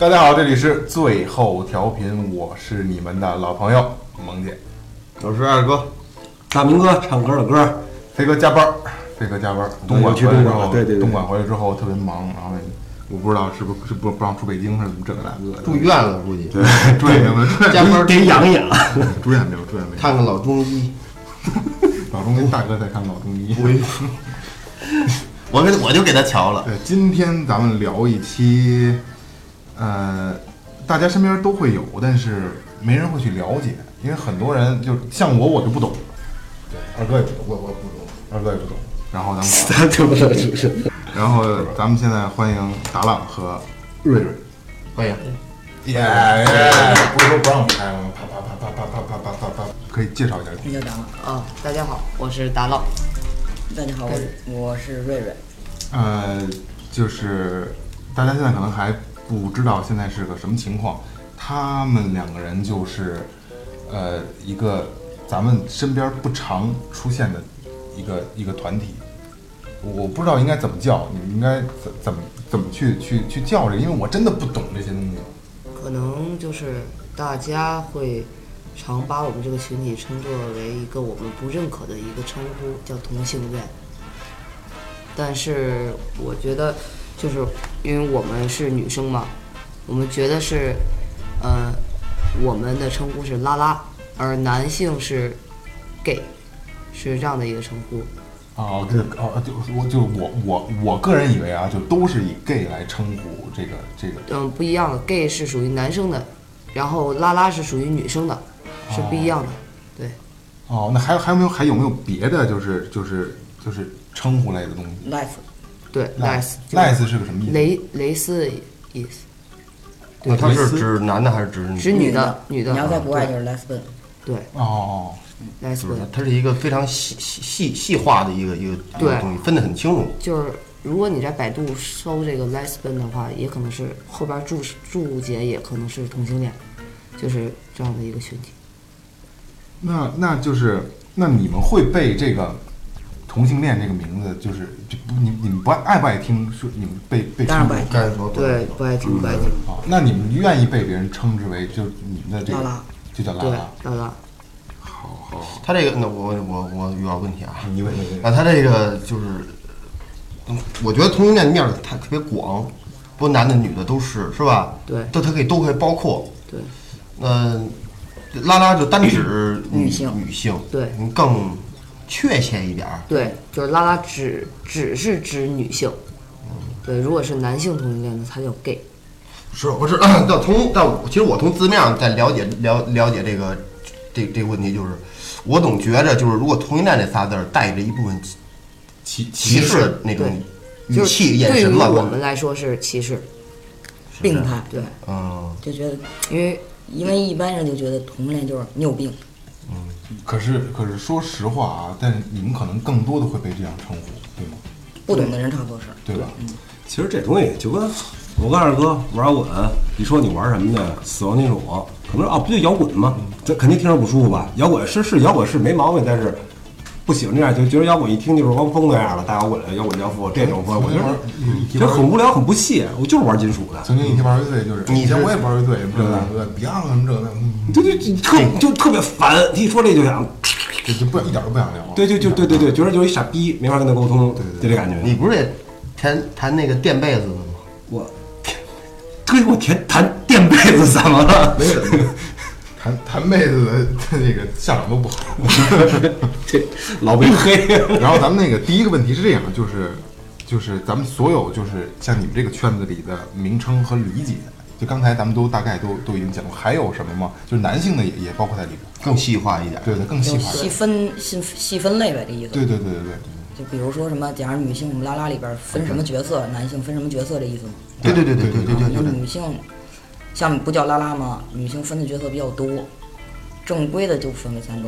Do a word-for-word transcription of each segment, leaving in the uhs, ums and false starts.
大家好，这里是最后调频，我是你们的老朋友萌姐， 我是二哥， 大明哥唱歌的歌， 飞哥加班，飞哥加班，东莞去东莞，对对对， 东莞回来之后特别忙，然后我不知道是不是不不让出北京，是怎么这个那个的， 住院了估计， 对，住院病了， 加班得养养， 住院病，住院病， 看看老中医， 老中医大哥在看老中医， 我给我就给他瞧了。 对，今天咱们聊一期。呃，大家身边都会有，但是没人会去了解，因为很多人就像我，我就不懂。对，二哥也不懂，我我不懂，二哥也不懂。然后咱们， 对不对？ 然后咱们现在欢迎达浪和瑞瑞， 欢迎。 耶耶！不是说不让我们拍吗？啪啪啪啪啪啪啪啪啪啪，可以介绍一下。 你叫达浪啊？大家好，我是达浪。大家好，我我是瑞瑞。 呃，就是大家现在可能还。不知道现在是个什么情况，他们两个人就是，呃，一个咱们身边不常出现的一个一个团体，我不知道应该怎么叫，你们应该怎怎么怎么去去去叫这个，因为我真的不懂这些东西。 可能就是大家会常把我们这个群体称作为一个我们不认可的一个称呼，叫同性恋。但是我觉得。就是因为我们是女生嘛，我们觉得是，呃，我们的称呼是拉拉，而男性是 gay， 是这样的一个称呼。 哦，这个哦，就我就我我我个人以为啊，就都是以 gay 来称呼这个这个。 嗯，不一样的 ，gay 是属于男生的，然后拉拉是属于女生的，是不一样的。哦、对。 哦，那还有还有没有还有没有别的就是就是就是称呼类的东西 ？life。对 ，nice nice 是个什么意思？ 蕾蕾丝的意思。 那它是指男的还是指指女的？女的。 你要在国外就是 lesbian。 对。 哦 ，lesbian。 它是一个非常细细细化的一个一个一个东西，分得很清楚。 就是如果你在百度搜这个 lesbian 的话，也可能是后边注注解也可能是同性恋，就是这样的一个群体。 那那就是那你们会被这个？同性恋这个名字就是就不你你们不爱爱不爱听说你们被被当然不爱听， 对不爱听不爱听啊。那你们愿意被别人称之为就你们的这个拉拉就叫拉拉拉拉。 好好， 他这个那我我我遇到问题啊， 你问你啊，他这个就是，我觉得同性恋面儿它特别广，不男的女的都是是吧？ 对， 都它可以都可以包括。 对， 嗯、呃，拉拉就单指女性女性， 对， 更。确切一点， 对，就是拉拉只只是指女性，对，如果是男性同性恋呢，它叫 gay。 是，我是到从到其实我从字面上在了解了了解这个这这个问题，就是我总觉着就是如果同性恋这仨字儿带着一部分歧歧视的那种语气眼神吧， 对于我们来说是歧视， 病态， 对， 嗯， 就觉得因为因为一般人就觉得同性恋就是你有病。 嗯，可是可是说实话啊，但是你们可能更多的会被这样称呼，对吗？ 不懂的人差不多是， 对吧？ 嗯， 其实这东西就跟我跟二哥玩摇滚，你说你玩什么的，死亡金属，可能啊不就摇滚吗？这肯定听着不舒服吧？摇滚是是摇滚是没毛病，但是不喜欢这样，就觉得摇滚一听就是汪峰那样的大摇滚、摇滚教父这种风，我觉得觉得很无聊、很不屑。我就是玩金属的。 曾经一提玩乐队，就是以前我也玩乐队，这那个 Beyond 什么这那， 对对对，特就特别烦。一说这就想， 就就不一点都不想聊。 对就就对对对，觉得就是一傻逼，没法跟他沟通，对对，就这感觉。 你不是也弹弹那个垫被子的吗？ 我，这给我填弹垫被子怎么了？ 没有。弹弹妹子的那个下场都不好， 这老被黑。 然后咱们那个第一个问题是这样，就是就是咱们所有就是像你们这个圈子里的名称和理解，就刚才咱们都大概都都已经讲过，还有什么吗？就是男性的也也包括在里边， 更细化一点。 对对，更细化。 细分细细分类呗，这意思。 对对对对对。 就比如说什么，假如女性我们拉拉里边分什么角色，男性分什么角色，这意思吗？ 对对对对对对对对。 女性。像不叫拉拉吗？女性分的角色比较多，正规的就分为三种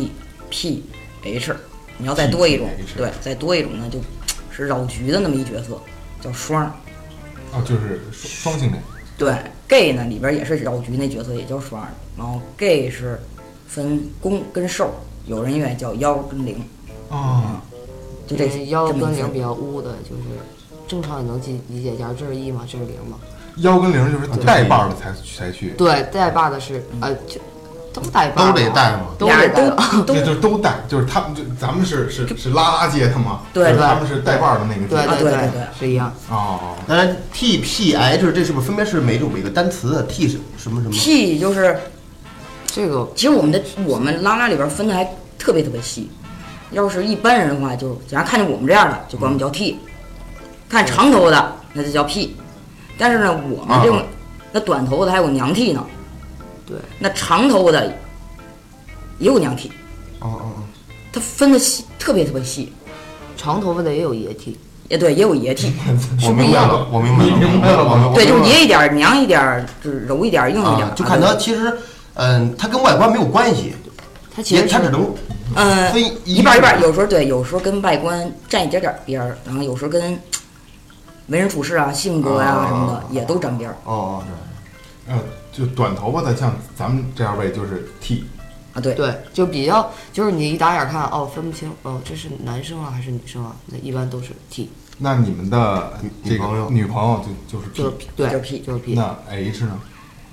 T、P、H。你要再多一种，对，再多一种呢，就是扰局的那么一角色，叫双。 哦，就是双性恋。 对 ，gay 呢里边也是扰局那角色，也叫双。然后 gay 是分攻跟受，有人愿意叫幺跟零。 啊、 嗯，就这幺跟零比较污的，就是正常也能理解，假如这是一嘛，这是零嘛。 腰跟零就是带把的才才去， 对，带把的是呃，就都带把， 都得带嘛。 都得带的。 都对，就是都带，就是他们就咱们是是是拉拉接他嘛， 对就是他们是带把的那个对地方对对对是一样。 哦， 当然 T P H 这是不是分别是每种每个单词的 T 是什么什么？ P 就是这个其实我们的我们拉拉里边分的还特别特别细。要是一般人的话，就假如看见我们这样的，就管我们叫 T；、嗯、看长头的那就叫 P。但是呢，我们这种、啊、那短头的还有娘 T 呢， 对， 那长头的也有娘 T。 哦哦哦， 它分的细，特别特别细。 长头发的也有爷 T， 也对，也有爷 T， 我明白了，我明白了， 明白了吗？ 对，就是爷一点，娘一点，就是柔一点，硬一点， 啊、就看它其实，嗯，它跟外观没有关系， 它其实它只能。 嗯， 分一半一半，有时候对，有时候跟外观沾一点点边儿，然后有时候跟为人处事啊、性格呀、啊、什么的也都沾边儿。 哦， 对，呃，就短头发的，像咱们这二位就是 T 啊，对对，就比较就是你一打眼看哦，分不清哦，这是男生啊还是女生啊？那一般都是 T。 那你们的这个女朋友就就是 P， 就是 P， 对， 就是 P， 就是 P。 那 H 呢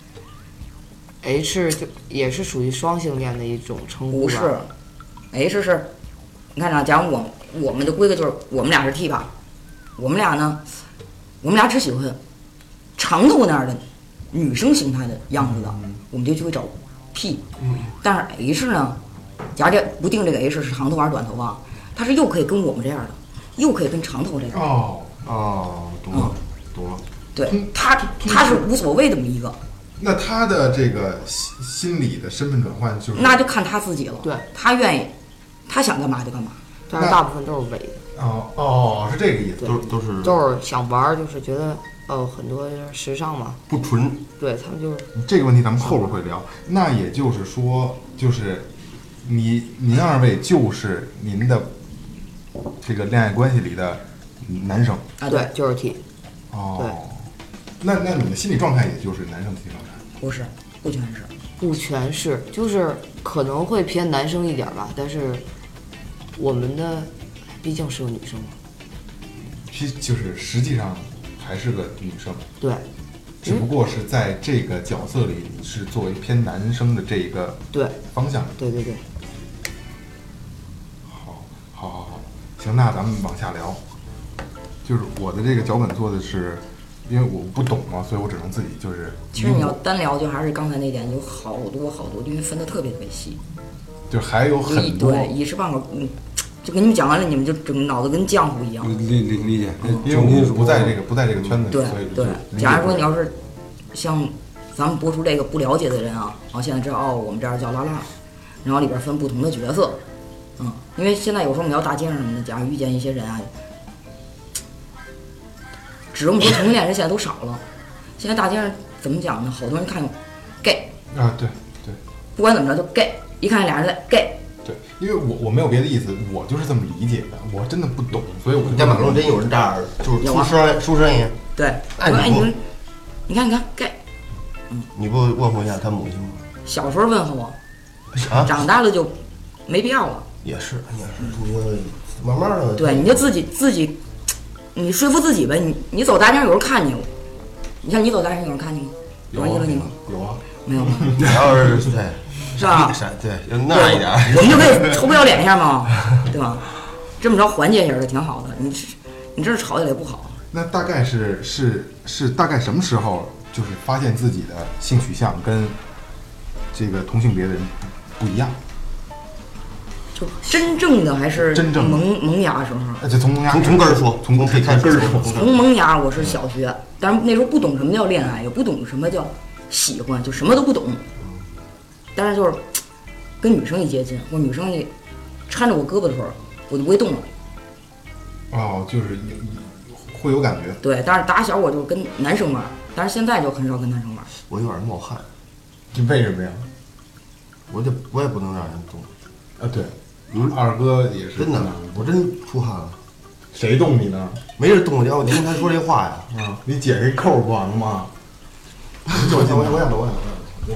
？H 就也是属于双性恋的一种称呼吧？ 不是。H 是，你看啊，假如我我们的规格就是我们俩是 T 吧，我们俩呢，我们俩只喜欢长头那样的女生形态的样子的， 嗯、 我们就去会找 P。 嗯、 但是 H 呢，假如这不定这个 H 是长头还是短头发，它是又可以跟我们这样的，又可以跟长头这样的。 哦哦，懂了，嗯、懂了。 对，他他是无所谓这么一个。 那他的这个心心理的身份转换就是那就看他自己了。 对， 他愿意。他想干嘛就干嘛， 但是大部分都是伪的。 哦哦，是这个意思， 都都是都是想玩，就是觉得哦，很多时尚嘛， 不纯。 对他们就是这个问题，咱们后边会聊。那也就是说，就是你您二位就是您的这个恋爱关系里的男生啊， 对，就是 T。 哦， 对， 那那你的心理状态也就是男生的心理状态？ 不是，不全是， 不全是，就是可能会偏男生一点吧，但是。我们的毕竟是个女生嘛， 其实就是实际上还是个女生， 对， 只不过是在这个角色里你是作为偏男生的这一个对方向， 对对对。 好，好，好，好，行，那咱们往下聊。就是我的这个脚本做的是，因为我不懂嘛，所以我只能自己就是。 其实你要单聊，就还是刚才那点，有好多好多，因为分的特别特别细。 就还有很多对一时半会儿，嗯，就跟你们讲完了，你们就整脑子跟浆糊一样。 理理理解， 因为我不在这个不在这个圈子里， 对所以对。假如说你要是像咱们播出这个不了解的人啊，然后现在知道哦，我们这儿叫拉拉，然后里边分不同的角色，嗯，因为现在有时候我们要大街上什么的，假如遇见一些人啊，只这么说同性恋人现在都少了，现在大街上怎么讲呢？好多人看 gay 啊，对对， 不管怎么着就 gay。一看俩人在 gay， 对，因为我我没有别的意思，我就是这么理解的，我真的不懂，所以我在马路上真有人这样，就是出声出声音。 对， 哎， 你们，你看你看 gay， 嗯，你不问候一下他母亲吗？ 小时候问候我， 啊， 长大了就没必要了。 也是也是，你慢慢的。 对，你就自己自己，你说服自己呗。你你走大街上有人看见我，你看你走大街上有人看见吗？ 有人你吗？ 有啊， 没有吗？ 你要是对。 是吧？ 对，要那一点， 我们就可以臭不要脸一下嘛，对吧？这么着缓解一下的挺好的。你你这吵起来不好。 那大概是是是大概什么时候，就是发现自己的性取向跟这个同性别的人不一样？ 就真正的还是真正萌萌芽时候。 那就从萌芽从从根儿说， 从可以开根儿说。 从萌芽我是小学，但是那时候不懂什么叫恋爱，也不懂什么叫喜欢，就什么都不懂。但是就是跟女生一接近，或者女生一搀着我胳膊的时候，我就不会动了。 哦，就是会有感觉。 对，但是打小我就跟男生玩，但是现在就很少跟男生玩。 我有点冒汗。 这为什么呀？ 我就我也不能让人动。 啊，对，嗯，二哥也是。 真的，我真出汗了。 谁动你呢？ 没人动我，要我听他说这话呀。 啊，你解这扣不完了吗？ 就我我想走，我想走。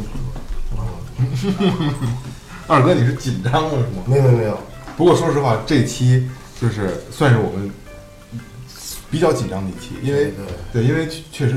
二哥，你是紧张了是吗？ 没有没有没有。 不过说实话，这期就是算是我们比较紧张的一期，因为 对, 对，因为确实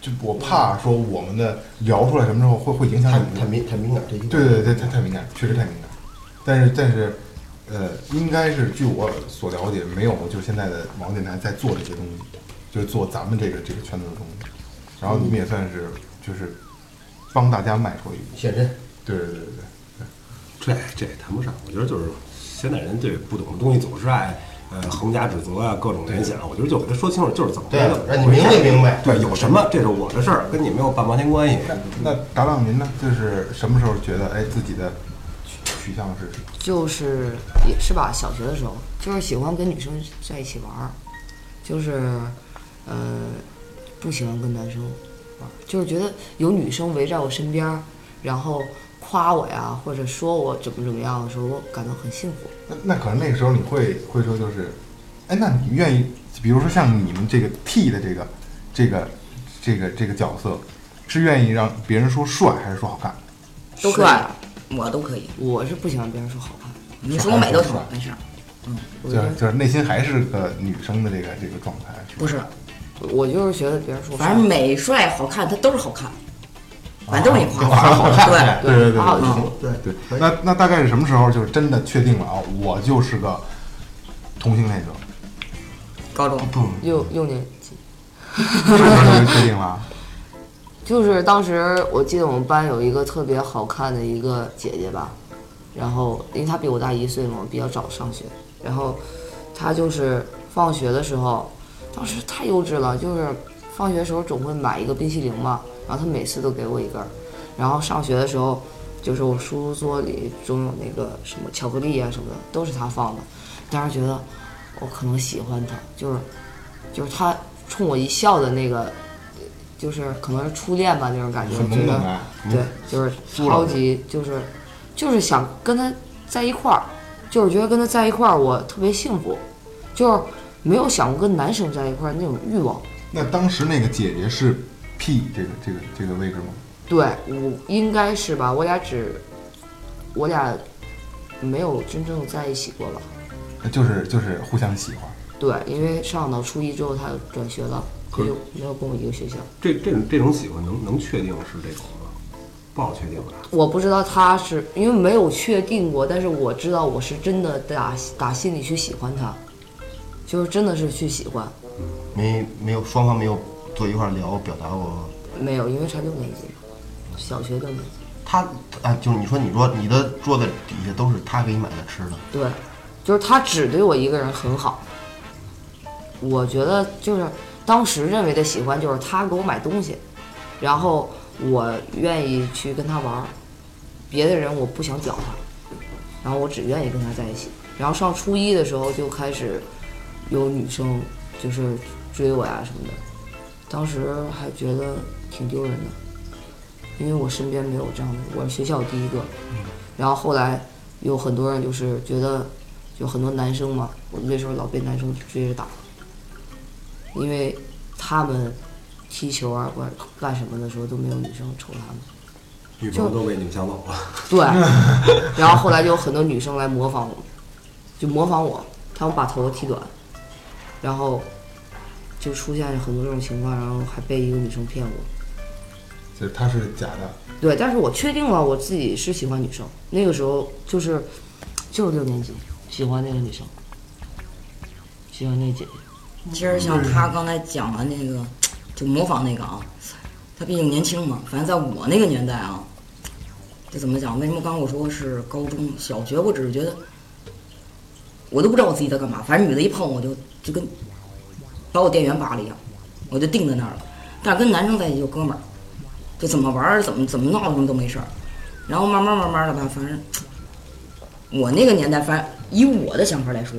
就我怕说我们的聊出来什么时候会会影响太你们的太敏太敏感，这一对对对，太太敏感，确实太敏感。但是但是，呃，应该是据我所了解，没有就是现在的网络电台在做这些东西，就是做咱们这个这个圈子的东西。然后你们也算是就是帮大家迈出一步。 现身。 对对对对对。 这这也谈不上，我觉得就是现在人对不懂的东西总是爱呃横加指责啊，各种联想。我觉得就给他说清楚，就是怎么回对事， 让你明白明白。 对，有什么这是我的事儿，跟你没有半毛钱关系。 那达浪您呢？就是什么时候觉得哎自己的取取向是什么？ 就是也是吧，小学的时候就是喜欢跟女生在一起玩儿，就是呃不喜欢跟男生玩儿，就是觉得有女生围在我身边儿，然后夸我呀，或者说我怎么怎么样的时候，我感到很幸福。 那那可能那个时候你会会说就是，哎，那你愿意，比如说像你们这个 T 的这个这个这个这个角色，是愿意让别人说帅还是说好看？ 都可以帅， 我都可以。 我是不喜欢别人说好看， 你说我美都行，没事儿。 就是就是内心还是个女生的这个这个状态，是吧不是， 我就是觉得别人说帅反正美帅好看，它都是好看，反正都是你夸我。 好看对对对对夸我就行。 对对。那那大概是什么时候就是真的确定了啊？我就是个同性恋者， 高中六六年级， 什么时候就确定了？ 就是当时我记得我们班有一个特别好看的一个姐姐吧，然后因为她比我大一岁嘛，我比较早上学，然后她就是放学的时候，当时太幼稚了，就是放学的时候总会买一个冰淇淋嘛，然后她每次都给我一根儿，然后上学的时候，就是我书桌里总有那个什么巧克力啊什么的，都是她放的，当时觉得我可能喜欢她，就是就是她冲我一笑的那个。就是可能是初恋吧那种感觉， 很觉得懵懂的。 对，就是超级就是就是想跟他在一块儿，就是觉得跟他在一块儿我特别幸福，就是没有想过跟男生在一块儿那种欲望。 那当时那个姐姐是 P 这个这个这个位置吗？ 对，我应该是吧，我俩只我俩没有真正在一起过吧。 就是就是互相喜欢。 对，因为上到初一之后他转学了，他就没有跟我一个学校。 这这种这种喜欢能能确定是这种吗？不好确定吧？ 我不知道他是因为没有确定过，但是我知道我是真的打打心里去喜欢他，就是真的是去喜欢。 没没有双方没有坐一块儿聊表达过。 没有，因为才六年级嘛，小学六年级。 他啊，就是你说你说你的桌子底下都是他给你买的吃的。 对，就是他只对我一个人很好。我觉得就是当时认为的喜欢，就是他给我买东西，然后我愿意去跟他玩儿，别的人我不想屌他，然后我只愿意跟他在一起。然后上初一的时候就开始有女生就是追我呀什么的，当时还觉得挺丢人的，因为我身边没有这样的，我是学校第一个。然后后来有很多人就是觉得，就很多男生嘛，我那时候老被男生追着打，因为他们踢球啊或者干什么的时候都没有女生瞅他们。 女朋友都被你们抢走了。 对，然后后来就有很多女生来模仿我，就模仿我，他们把头发剃短，然后就出现很多这种情况，然后还被一个女生骗我。 就是他是假的。 对，但是我确定了我自己是喜欢女生，那个时候就是就是六年级，喜欢那个女生，喜欢那姐姐。 其实像他刚才讲的那个，就模仿那个啊，他毕竟年轻嘛。反正在我那个年代啊，这怎么讲？为什么刚刚我说是高中、小学？我只是觉得，我都不知道我自己在干嘛。反正女的一碰我就就跟把我电源拔了一样，我就定在那儿了。但是跟男生在一起就哥们儿，就怎么玩儿、怎么怎么闹什么都没事儿。然后慢慢慢慢的吧，反正我那个年代，反正以我的想法来说。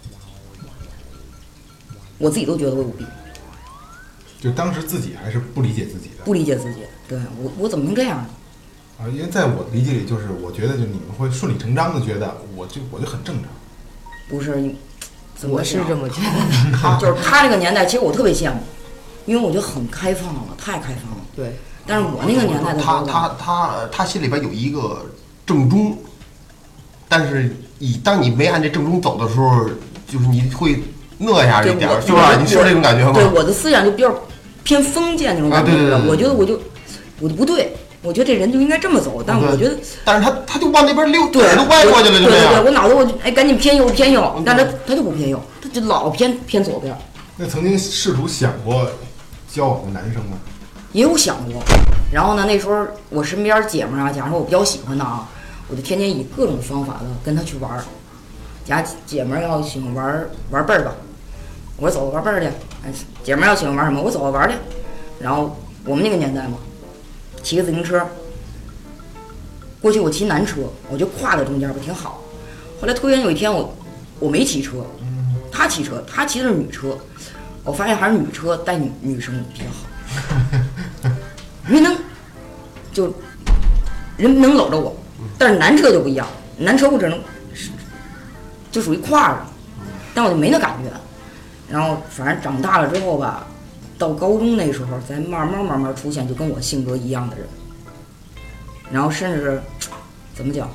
我自己都觉得我有病， 就当时自己还是不理解自己的， 不理解自己。对我，我怎么能这样呢？ 啊，因为在我理解里，就是我觉得就你们会顺理成章的觉得，我就我就很正常。 不是，怎么我是想这么觉得的。 啊，就是他这个年代，其实我特别羡慕，因为我觉得很开放了，太开放了。 对， 但是我那个年代的时他候吧， 他他他心里边有一个正中，但是你当你没按这正中走的时候，就是你会那样一点儿， 对我是吧？你是这种感觉吗？ 对，我的思想就比较偏封建那种啊感觉的。 对对对对我觉得我就我就不对，我觉得这人就应该这么走，但我觉得。 但是他他就往那边溜， 对， 腿都歪过去了，就这对对对， 样。 我脑子我就哎赶紧偏右偏右，但他他就不偏右，他就老偏偏左边。 那曾经试图想过交往的男生吗？ 也有想过，然后呢，那时候我身边姐们儿啊，假如说我比较喜欢他啊，我就天天以各种方法的跟他去玩儿。假如姐们儿要喜欢玩玩辈儿吧，我说走玩辈儿去。哎，姐们儿要喜欢玩什么，我走玩儿去。然后我们那个年代嘛，骑个自行车，过去我骑男车，我就跨在中间不挺好。后来突然有一天我我没骑车，他骑车，他骑的是女车，我发现还是女车带女女生比较好。因为能就人能搂着我，但是男车就不一样，男车我只能就属于挎着，但我就没那感觉。然后反正长大了之后吧，到高中那时候才慢慢慢慢出现就跟我性格一样的人，然后甚至怎么讲，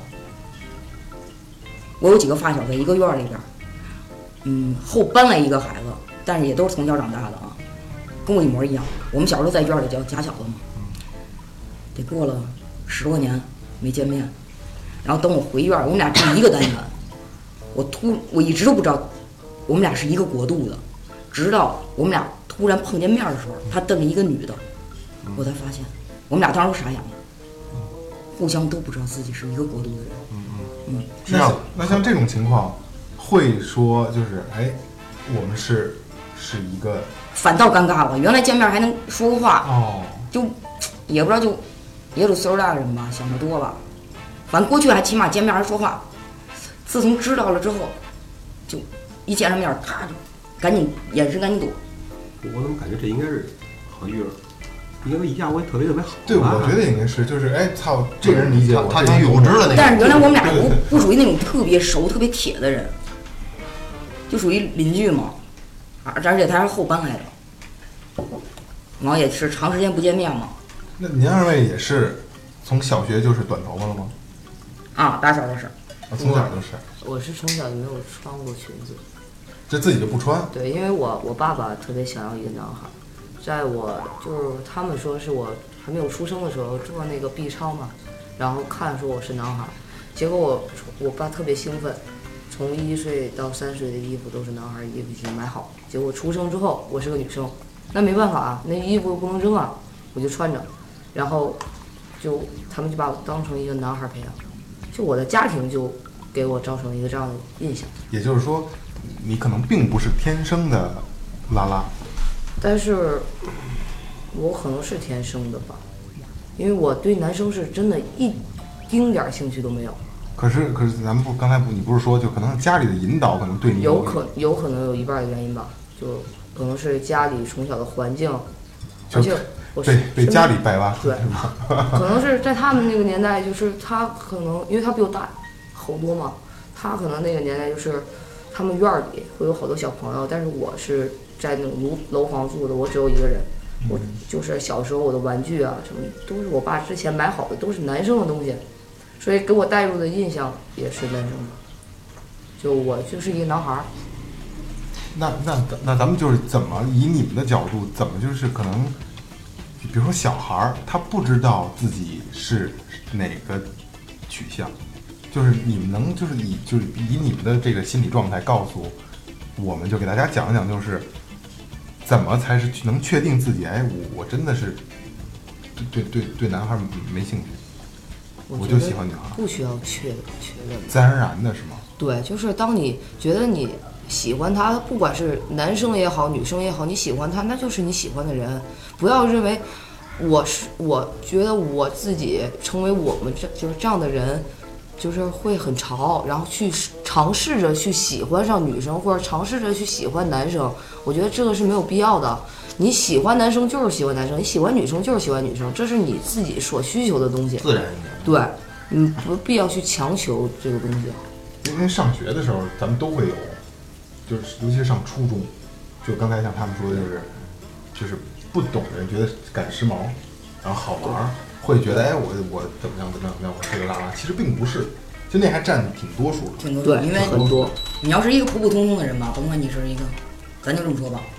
我有几个发小在一个院里边，嗯，后搬来一个孩子，但是也都是从小长大的啊，跟我一模一样。我们小时候在院里叫假小子嘛，得过了十多年没见面，然后等我回院，我们俩住一个单元，我突我一直都不知道我们俩是一个国度的，直到我们俩突然碰见面的时候，他瞪着一个女的，我才发现我们俩当时都傻眼了，互相都不知道自己是一个国度的人。嗯， 那像那像这种情况，会说就是哎，我们是是一个反倒尴尬了。原来见面还能说个话， 哦， 就也不知道就也有岁数大的人吧，想得多吧。反正过去还起码见面还说话，自从知道了之后，就一见上面，啪就赶紧眼神赶紧躲。 我怎么感觉这应该是和玉儿，应该一下会特别特别好吧。 对，我觉得应该是就是哎操，这个人理解我， 他这个人挺有知的那但是种。 原来我们俩不不属于那种特别熟、特别铁的人，就属于邻居嘛，而而且他是后搬来的，然后也是长时间不见面嘛。 那您二位也是从小学就是短头发了吗？ 啊，打小就是。 啊，从小就是， 我是从小就没有穿过裙子， 这自己就不穿。 对，因为我我爸爸特别想要一个男孩，在我就是他们说是我还没有出生的时候做那个 B 超嘛，然后看说我是男孩，结果我我爸特别兴奋，从一岁到三岁的衣服都是男孩衣服已经买好，结果出生之后我是个女生，那没办法啊，那衣服不能扔啊，我就穿着，然后就他们就把我当成一个男孩培养，就我的家庭就给我造成一个这样的印象。 也就是说，你可能并不是天生的拉拉。 但是我可能是天生的吧，因为我对男生是真的一丁点儿兴趣都没有。 可是可是咱们不刚才不你不是说就可能家里的引导可能对你有可有可能有一半的原因吧，就可能是家里从小的环境， 就而且我被被家里掰弯， 对是吧？ 可能是在他们那个年代，就是他可能因为他比我大好多嘛，他可能那个年代就是他们院儿里会有好多小朋友，但是我是在那种楼楼房住的，我只有一个人。我就是小时候我的玩具啊什么都是我爸之前买好的，都是男生的东西，所以给我带入的印象也是男生的，就我就是一个男孩儿。 那那那咱们就是怎么以你们的角度，怎么就是可能，比如说小孩儿他不知道自己是哪个取向，就是你们能就是以就是以你们的这个心理状态告诉我们，就给大家讲一讲，就是怎么才是能确定自己，哎，我我真的是对对对对男孩没兴趣，我就喜欢女孩， 不需要确确认， 自然而然的是吗？ 对，就是当你觉得你喜欢他，不管是男生也好，女生也好，你喜欢他，那就是你喜欢的人。不要认为我是，我觉得我自己成为我们这就是这样的人，就是会很潮，然后去尝试着去喜欢上女生，或者尝试着去喜欢男生。我觉得这个是没有必要的。你喜欢男生就是喜欢男生，你喜欢女生就是喜欢女生，这是你自己所需求的东西。 自然一点。 对，你不必要去强求这个东西。 因为上学的时候，咱们都会有，就是尤其是上初中，就刚才像他们说的，就是就是不懂的人觉得赶时髦，然后好玩，会觉得哎我我怎么样怎么样怎么样，我是个拉拉，其实并不是，就那还占挺多数的。 挺多， 对， 因为很多。 你要是一个普普通通的人吧，甭管你是一个，咱就这么说吧，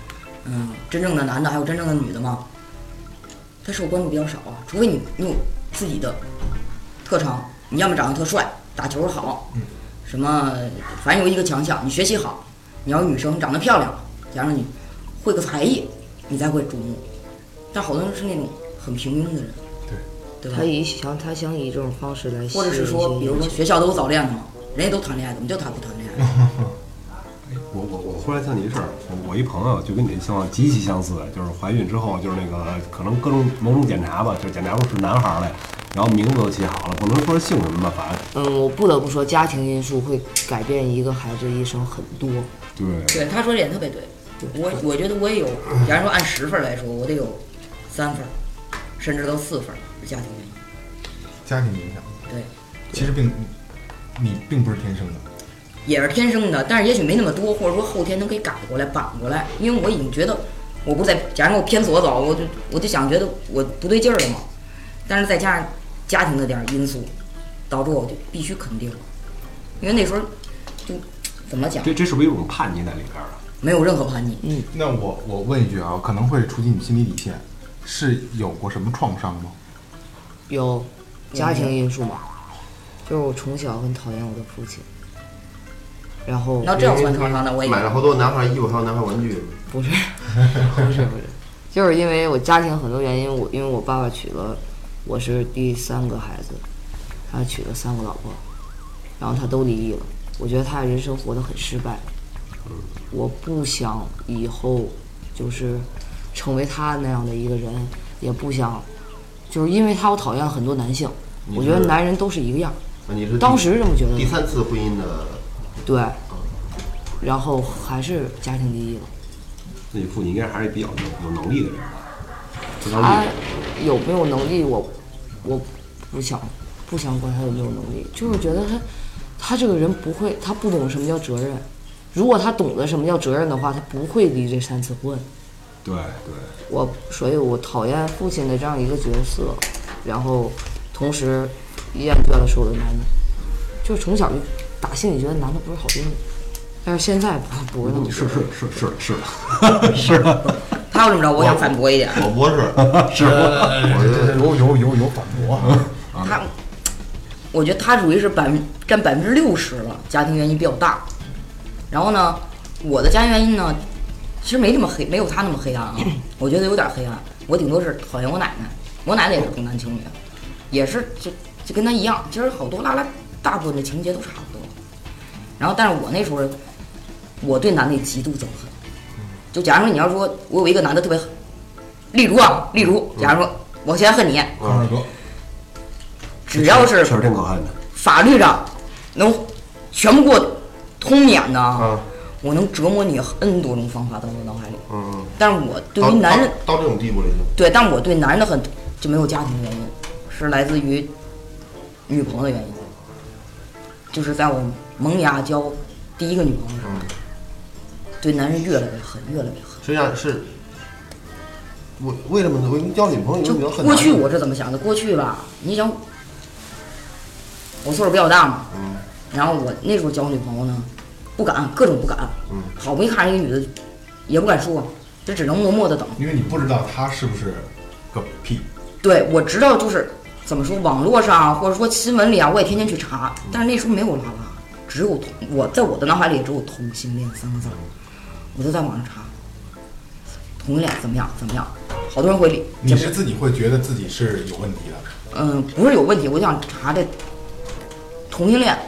嗯，真正的男的还有真正的女的嘛，他受关注比较少啊。除非你你有自己的特长，你要么长得特帅，打球好，什么反正有一个强项，你学习好，你要是女生长得漂亮，加上你会个才艺，你才会瞩目。但好多人是那种很平庸的人， 对， 对吧他？以想他想以这种方式来吸或者是引说，比如说一些学校都有早恋的嘛，人家都谈恋爱，怎么就他不谈恋爱？ 我我我忽然想起一事儿，我我一朋友就跟你的情况极其相似，就是怀孕之后，就是那个可能各种某种检查吧，就是检查出是男孩儿来，然后名字都起好了，不能说是姓什么吧，反正嗯，我不得不说，家庭因素会改变一个孩子一生很多。 对对，他说这点特别对。我我觉得我也有，假如说按十分来说，我得有三分，甚至到四分是家庭原因。 家庭影响。 对， 其实并你并不是天生的。 也是天生的，但是也许没那么多，或者说后天能给改过来、扳过来。因为我已经觉得，我不是在，假如我偏左走，我就我就想觉得我不对劲儿了嘛。但是再加上家庭的点儿因素，导致我就必须肯定，因为那时候就怎么讲， 这这是不是有一种叛逆在里边儿啊？ 没有任何叛逆。 嗯， 那我我问一句啊，可能会触及你心理底线，是有过什么创伤吗？ 有家庭因素嘛，就是我从小很讨厌我的父亲，然后那这样算创伤的，我也买了好多男孩衣服，还有男孩玩具。 不是不是不是，就是因为我家庭很多原因，我因为我爸爸娶了，我是第三个孩子，他娶了三个老婆，然后他都离异了，我觉得他人生活得很失败，我不想以后就是成为他那样的一个人，也不想，就是因为他我讨厌很多男性， 你是我觉得男人都是一个样， 你是第当时这么觉得的， 第三次婚姻的， 对，然后还是家庭离异了。 那你父亲应该还是比较有有能力的人吧？不着他急， 有没有能力，我我不想不想管他有没有能力，就是觉得他他这个人不会，他不懂什么叫责任。如果他懂得什么叫责任的话，他不会离这三次婚。 对对， 我所以，我讨厌父亲的这样一个角色，然后同时厌倦了所有的男的，就是从小就打心里觉得男的不是好东西，但是现在不不是那么是是是是是是的， 他要这么着，我想反驳一点， 我不是， 是我觉得有有有有反驳。 他，我觉得他属于是百分占百分之六十了，家庭原因比较大。然后呢，我的家庭原因呢，其实没这么黑，没有他那么黑暗啊。我觉得有点黑暗，我顶多是讨厌我奶奶，我奶奶也是重男轻女，也是就就跟他一样，其实好多拉拉大部分的情节都差不多。然后，但是我那时候，我对男的极度憎恨。就假如说你要说我有一个男的特别狠，例如啊，例如，假如说我现在恨你， 康二哥， 只要是确实挺可恨的。 法律上能全部给我通免的， 啊， 我能折磨你 N 多种方法到我脑海里。 嗯嗯， 但是我对到于男人， 到到这种地步了已经。 对，但我对男人的恨就没有家庭原因，是来自于女朋友的原因。就是在我萌芽交第一个女朋友的时候，对男人越来越狠，越来越狠。 实际上是，我为什么呢？我交女朋友就比较恨过去男人我是怎么想的？过去吧，你想，我岁数比较大嘛， 嗯然后我那时候交女朋友呢，不敢，各种不敢， 嗯好不容易看上一个女的，也不敢说，就只能默默的等。 因为你不知道他是不是个屁。 对，我知道就是怎么说，网络上或者说新闻里啊，我也天天去查，但是那时候没有拉拉，只有同我在我的脑海里也只有同性恋三个字儿，我就在网上查，同性恋怎么样怎么样，好多人会理， 你是自己会觉得自己是有问题的。 嗯，不是有问题，我想查这同性恋，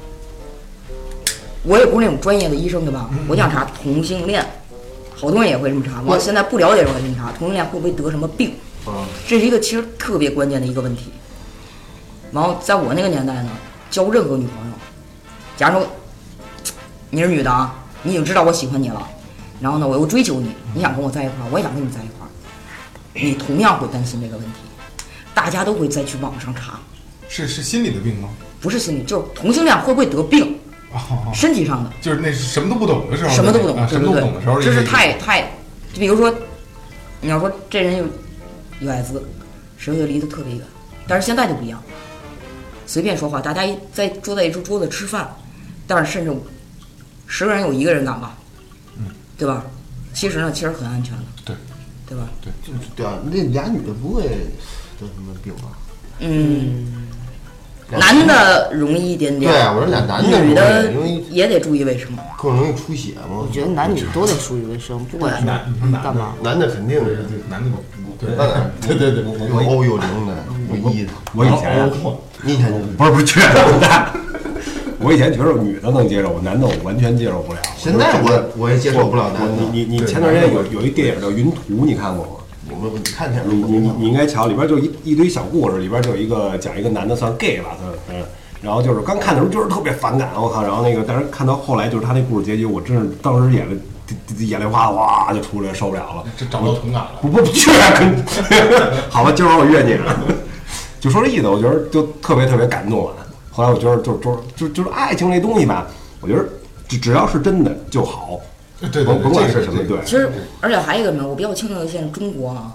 我也不是那种专业的医生对吧？我想查同性恋，好多人也会这么查，我现在不了解的人会这么查，同性恋会不会得什么病？ 啊， 这是一个其实特别关键的一个问题。然后在我那个年代呢，交任何女朋友，假如说你是女的啊，你已经知道我喜欢你了，然后呢我又追求你，你想跟我在一块儿，我也想跟你在一块儿，你同样会担心这个问题，大家都会再去网上查， 是是心理的病吗？ 不是心理，就是同性恋会不会得病， 哦， 身体上的， 就是那是什么都不懂的时候， 什么都不懂， 啊，什么都对不对不懂的时候， 这是一个太太，就比如说，你要说这人有有艾滋，谁会离得特别远？但是现在就不一样，随便说话，大家一在坐在一桌桌子吃饭，但是甚至十个人有一个人敢吧，对吧？ 其实呢，其实很安全的， 对对吧？ 对， 就是对啊，那俩女的不会得什么病吧？ 嗯，男的容易一点点， 对啊，我说俩男的女的容易也得注意卫生。 更容易出血嘛我。觉得男女都得注意卫生，不管是干嘛。 男的肯定是， 男的对当然对对对， 有 O 有零的，有一的。 我以前呀， 你以前就不是不是确实的，我以前觉得女的能接受，男的我完全接受不了。 现在我我也接受不了男的。 你你你前段时间有有一电影叫《云图》，你看过吗？ 我们你看见你你你你应该瞧，里边就一一堆小故事，里边就有一个讲一个男的算 gay 吧，他嗯，然后就是刚看的时候就是特别反感，我靠，然后那个但是看到后来就是他那故事结局，我真是当时眼泪眼泪哗哗就出来，受不了了。 这找到同感了。 不不不，确跟好吧，今儿我约你了，就说这意思，我觉得就特别特别感动。后来我觉得就就就就是爱情这东西吧，我觉得只只要是真的就好， 对对对， 甭甭管是什么，对。 其实，而且还有一个什么，我比较庆幸现在中国啊，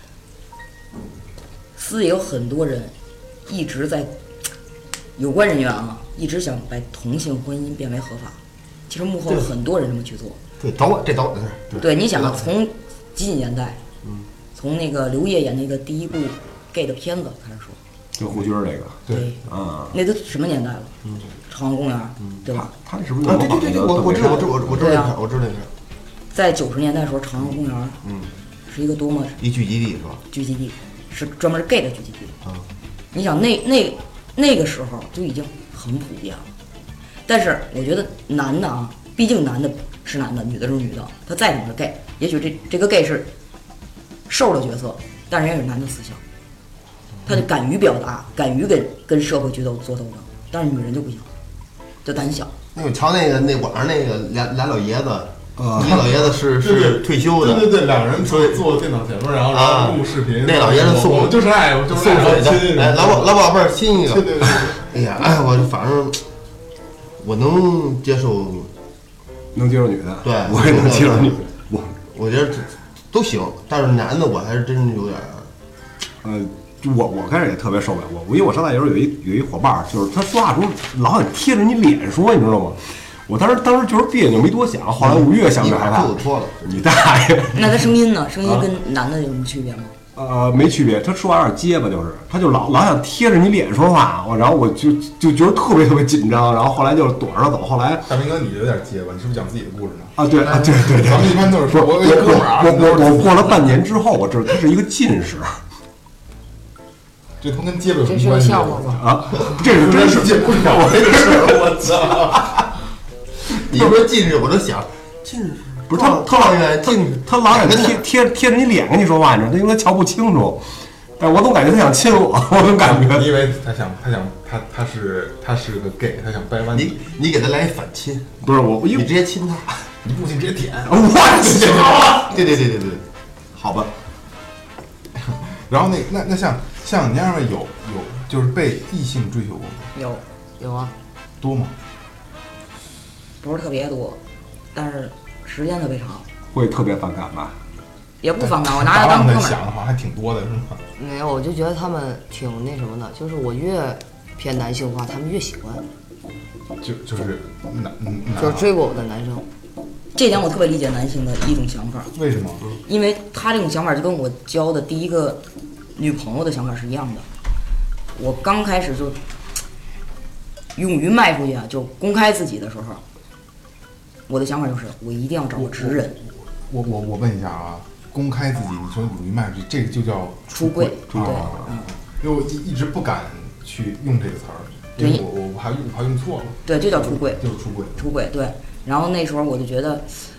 司也有很多人一直在有关人员啊，一直想把同性婚姻变为合法。其实幕后有很多人这么去做。 对，早晚这早晚的事儿。 对，你想啊，从几几年代，嗯，从那个刘烨演那个第一部 gay 的片子开始说， 就胡军儿这个， 对啊， 那都什么年代了？嗯，朝阳公园，对吧？ 他是不是啊，对对对对，我我知道我知道我知道我知道这事儿，我知道这事儿。 在九十年代的时候，朝阳公园，嗯，是一个多么一聚集地是吧？ 聚集地，是专门 gay 的聚集地。 啊， 你想那那那个时候就已经很普遍了，但是我觉得男的啊，毕竟男的是男的，女的是女的，他再怎么是 gay，也许这这个 gay 是受的角色，但是人家是男的思想，他就敢于表达，敢于跟跟社会决斗做斗争，但是女人就不行，就胆小。 那我瞧那个那网上那个俩俩老爷子， 啊一老爷子是是退休的， 对对对，两个人坐坐电脑前面，然后然后录视频。 那老爷子送我就是爱，我就是送水亲的，哎，老宝老宝贝儿亲一个。 对对对。 哎呀，哎，我反正我能接受， 能接受女的， 对我也能接受女的，我我觉得这都行，但是男的我还是真有点儿。 呃，就我我开始也特别受不了我，我因为我上大学时候有一有一伙伴儿，就是他说话时候老想贴着你脸说，你知道吗？我当时当时就是别扭，没多想，后来我越想越害怕。 裤子脱了， 你大爷！ 那他声音呢？声音跟男的有什么区别吗？ 呃，没区别，他说话有点结巴，就是他就老老想贴着你脸说话，我然后我就就觉得特别特别紧张，然后后来就躲着他走，后来大明哥，你有点结巴，你是不是讲自己的故事呢？ 啊，对啊，对对对， 咱们一般都是说，我有一我哥们儿啊， 我我我过了半年之后，我知道他是一个近视这他妈跟结巴有什这是个么关系？ 项目吗？ 啊，这是真是这不了我这个事儿，我操！ 你说近视，我就想近视不是他他老远近视， 他老想贴贴贴着你脸跟你说话，你知道，他因为他瞧不清楚，但我总感觉他想亲我，我总感觉你以为他想他想他他是他是个 gay，他想掰弯你你给他来一反亲， 不是我，因你为直接亲他， 你不信直接舔。 我操， 对对对对对， 好吧， 然后那那那像像你二位有有就是被异性追求过吗？ 有， 有啊， 多吗？ 不是特别多，但是时间特别长， 会特别反感吧？ 也不反感，我拿他打量当哥们儿。 在想的话还挺多的，是吗？ 没有，我就觉得他们挺那什么的，就是我越偏男性化，他们越喜欢， 就就是男男就是追过我的男生。 这点我特别理解男性的一种想法， 为什么？ 因为他这种想法就跟我交的第一个女朋友的想法是一样的。我刚开始就勇于迈出去啊，就公开自己的时候，我的想法就是我一定要找个直人。 我我我问一下啊，公开自己，你说勇于迈出去，这个就叫出柜出柜对啊嗯因为我一一直不敢去用这个词儿，因对为我我我还用我还用错了， 对，这叫出柜。 就是出柜。 出轨，对。然后那时候我就觉得，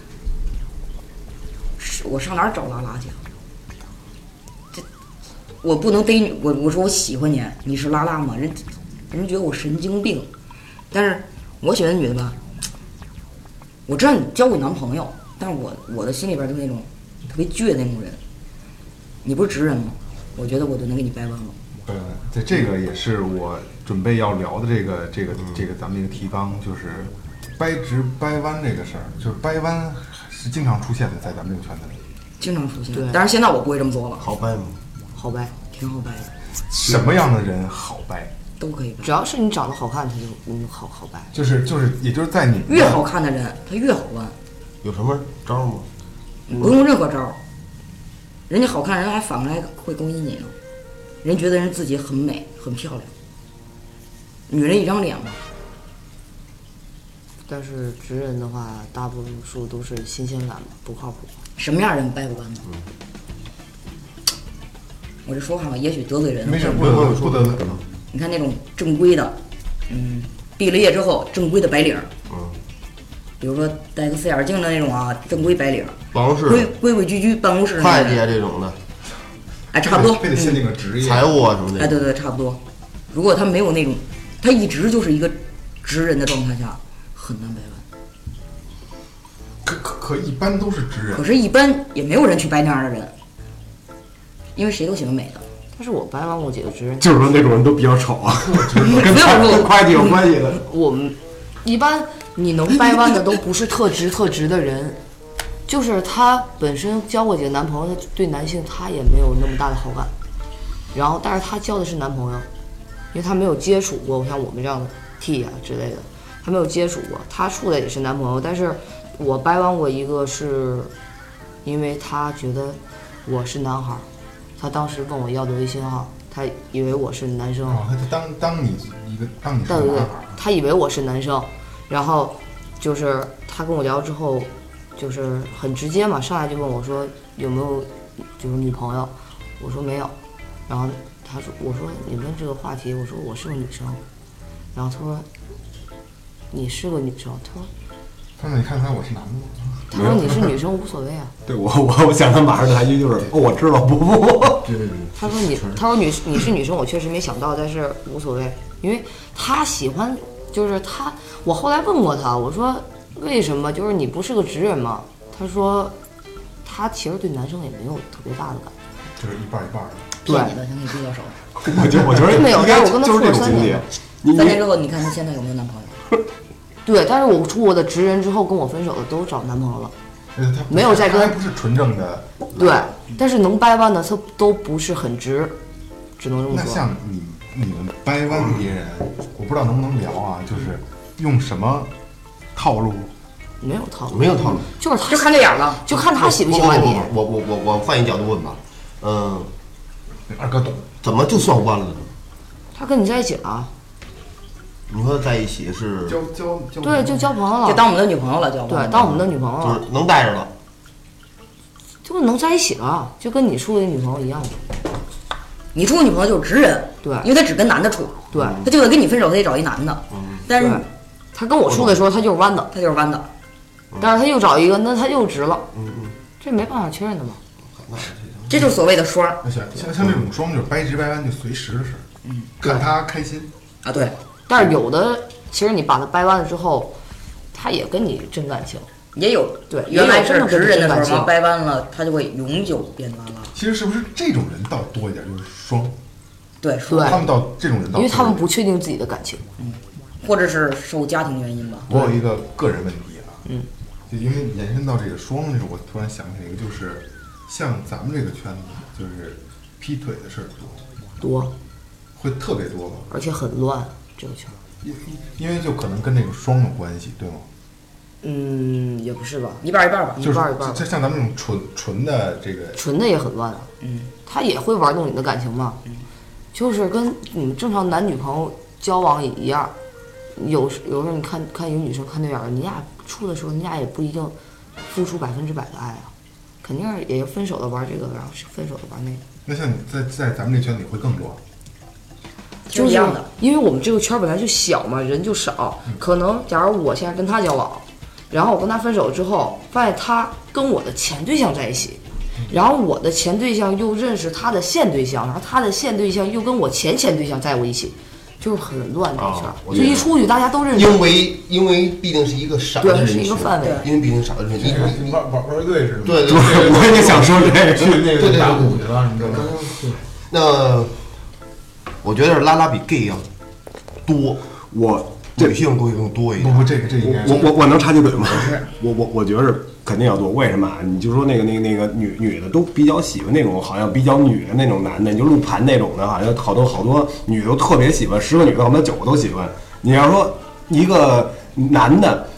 是我上哪儿找拉拉去？这我不能逮你，我我说我喜欢你，你是拉拉吗？人人觉得我神经病。但是我喜欢女的吧，我知道你交过男朋友，但是我我的心里边就是那种特别倔的那种人。你不是直人吗？我觉得我就能给你掰弯了。 呃，这这个也是我准备要聊的这个这个这个咱们这个提纲，就是掰直掰弯这个事儿，就是掰弯是经常出现的，在咱们这个圈子里。 经常出现对， 但是现在我不会这么做了， 好掰吗？ 好掰，挺好掰的， 什么样的人好掰？ 都可以掰。 只要是你长得好看，他就嗯好好掰。 就是就是，也就是在你们越好看的人，他越好弯。 有什么招吗？ 不用任何招儿，人家好看，人还反过来会勾引你呢。人觉得人自己很美很漂亮，女人一张脸嘛。 但是直人的话，大多数都是新鲜感嘛，不靠谱。 什么样人掰不弯呢？我这说话吧，也许得罪人。 没事，不得不得罪。 你看那种正规的，嗯，毕了业之后正规的白领， 嗯， 比如说戴个四眼镜的那种啊，正规白领， 办公室规规规矩矩办公室会计啊这种的， 哎，差不多， 非得限定个职业， 财务啊什么的。 哎，对对，差不多。如果他没有那种，他一直就是一个直人的状态下，很难掰弯。 可可可一般都是职人可。是，一般也没有人去掰那样的人，因为谁都喜欢美的。 但是我掰弯过几个直人， 就是说那种人都比较丑啊，跟不要跟会计有关系的。 我们一般你能掰弯的都不是特直特直的人，就是她本身交过几个男朋友，她对男性她也没有那么大的好感，然后但是她交的是男朋友，因为她没有接触过像我们这样的 T 啊之类的，她没有接触过，她处的也是男朋友，但是我掰弯过一个是，因为她觉得我是男孩，她当时问我要的微信号，她以为我是男生。 哦，他就当当你一个当你是对对对男孩， 他以为我是男生，然后就是他跟我聊之后，就是很直接嘛，上来就问我说有没有就是女朋友，我说没有，然后他说我说你问这个话题，我说我是个女生，然后他说你是个女生，他说他说你看出来我是男的吗？ 他说你是女生无所谓啊， 对我我我想他马上来一句就是哦我知道不不不， 对对对， 他说你他说女你是女生，我确实没想到，但是无所谓，因为他喜欢就是他，我后来问过他，我说为什么就是你不是个直人吗？他说他其实对男生也没有特别大的感觉， 就是一半一半的。 骗你的，想给你比较少。 我觉我觉得没有应该但是我跟他就是这种处了三情节年。 你你三年之后，你看他现在有没有男朋友？ 对，但是我出国的直人之后跟我分手的都找男朋友了， 而且他不没有再跟他还不是纯正的。 对，但是能掰弯的他都不是很直，只能这么说。 那像你你们掰弯别人，我不知道能不能聊啊，就是用什么套路？ 没有套路， 没有套路， 就是他就看对眼了。 就看他喜不喜欢你。 我我我我换一角度问吧，嗯， 二哥懂。 怎么就算弯了呢？ 他跟你在一起了， 你说在一起是交交交对，就交朋友了， 就当我们的女朋友了，交对，当我们的女朋友了， 就是能带着了， 就是能在一起了，就跟你处的女朋友一样的。 你处的女朋友就是直人， 对因为他只跟男的处， 对， 他就得跟你分手，他得找一男的。但是对他跟我处的时候他就是弯的， 他就是弯的， 但是他又找一个，那他又直了， 嗯嗯， 这没办法确认的嘛。 这就是所谓的双儿那像像像这种双就是掰直掰弯就随时的事儿，嗯，看他开心。 啊。对， 但是有的其实你把他掰弯了之后，他也跟你真感情。 也有对原来是也有真的直人的跟你真感情时候嘛，掰弯了，他就会永久变弯了。 其实是不是这种人倒多一点，就是双， 对， 对他们到这种人倒多一点， 因为他们不确定自己的感情。 或者是受家庭原因吧。 我有一个个人问题啊， 嗯， 就因为延伸到这个双的时候，我突然想起来一个，就是像咱们这个圈子，就是劈腿的事儿多， 多， 会特别多吧？ 而且很乱这个圈儿。 因因为就可能跟这个双有关系，对吗？ 嗯，也不是吧， 一半儿一半儿吧。 就是一半儿一半儿吧就像咱们这种纯纯的这个， 纯的也很乱啊。 嗯， 他也会玩弄你的感情嘛。嗯，就是跟你们正常男女朋友交往也一样。有时有时候你看看一个女生看对眼儿，你俩处的时候，你俩也不一定付出百分之百的爱啊，肯定是也分手的玩这个，然后分手的玩那个。 那像你在在咱们这圈里会更乱。 就是一样的。 因为我们这个圈儿本来就小嘛，人就少，可能假如我现在跟他交往，然后我跟他分手之后，发现他跟我的前对象在一起，然后我的前对象又认识他的现对象，然后他的现对象又跟我前前对象在过一起，就是很乱这个圈儿。就哦我觉得一出去大家都认识， 因为因为毕竟是一个少的对， 人是一群， 个范围。 因为毕竟少的人群，你你玩玩玩乐队似的。 对对对，我也想说这个。 去那对对对个打鼓去了什么的。 那我觉得拉拉比 gay 要多， 我女性会更多一点。 不不，这个这应该我我我能插句嘴吗？我我我觉得肯定要多，为什么啊？你就说那个那个那个女女的都比较喜欢那种好像比较女的那种男的，你就录盘那种的，好像好多好多女的都特别喜欢，十个女的可能九个都喜欢。你要说一个男的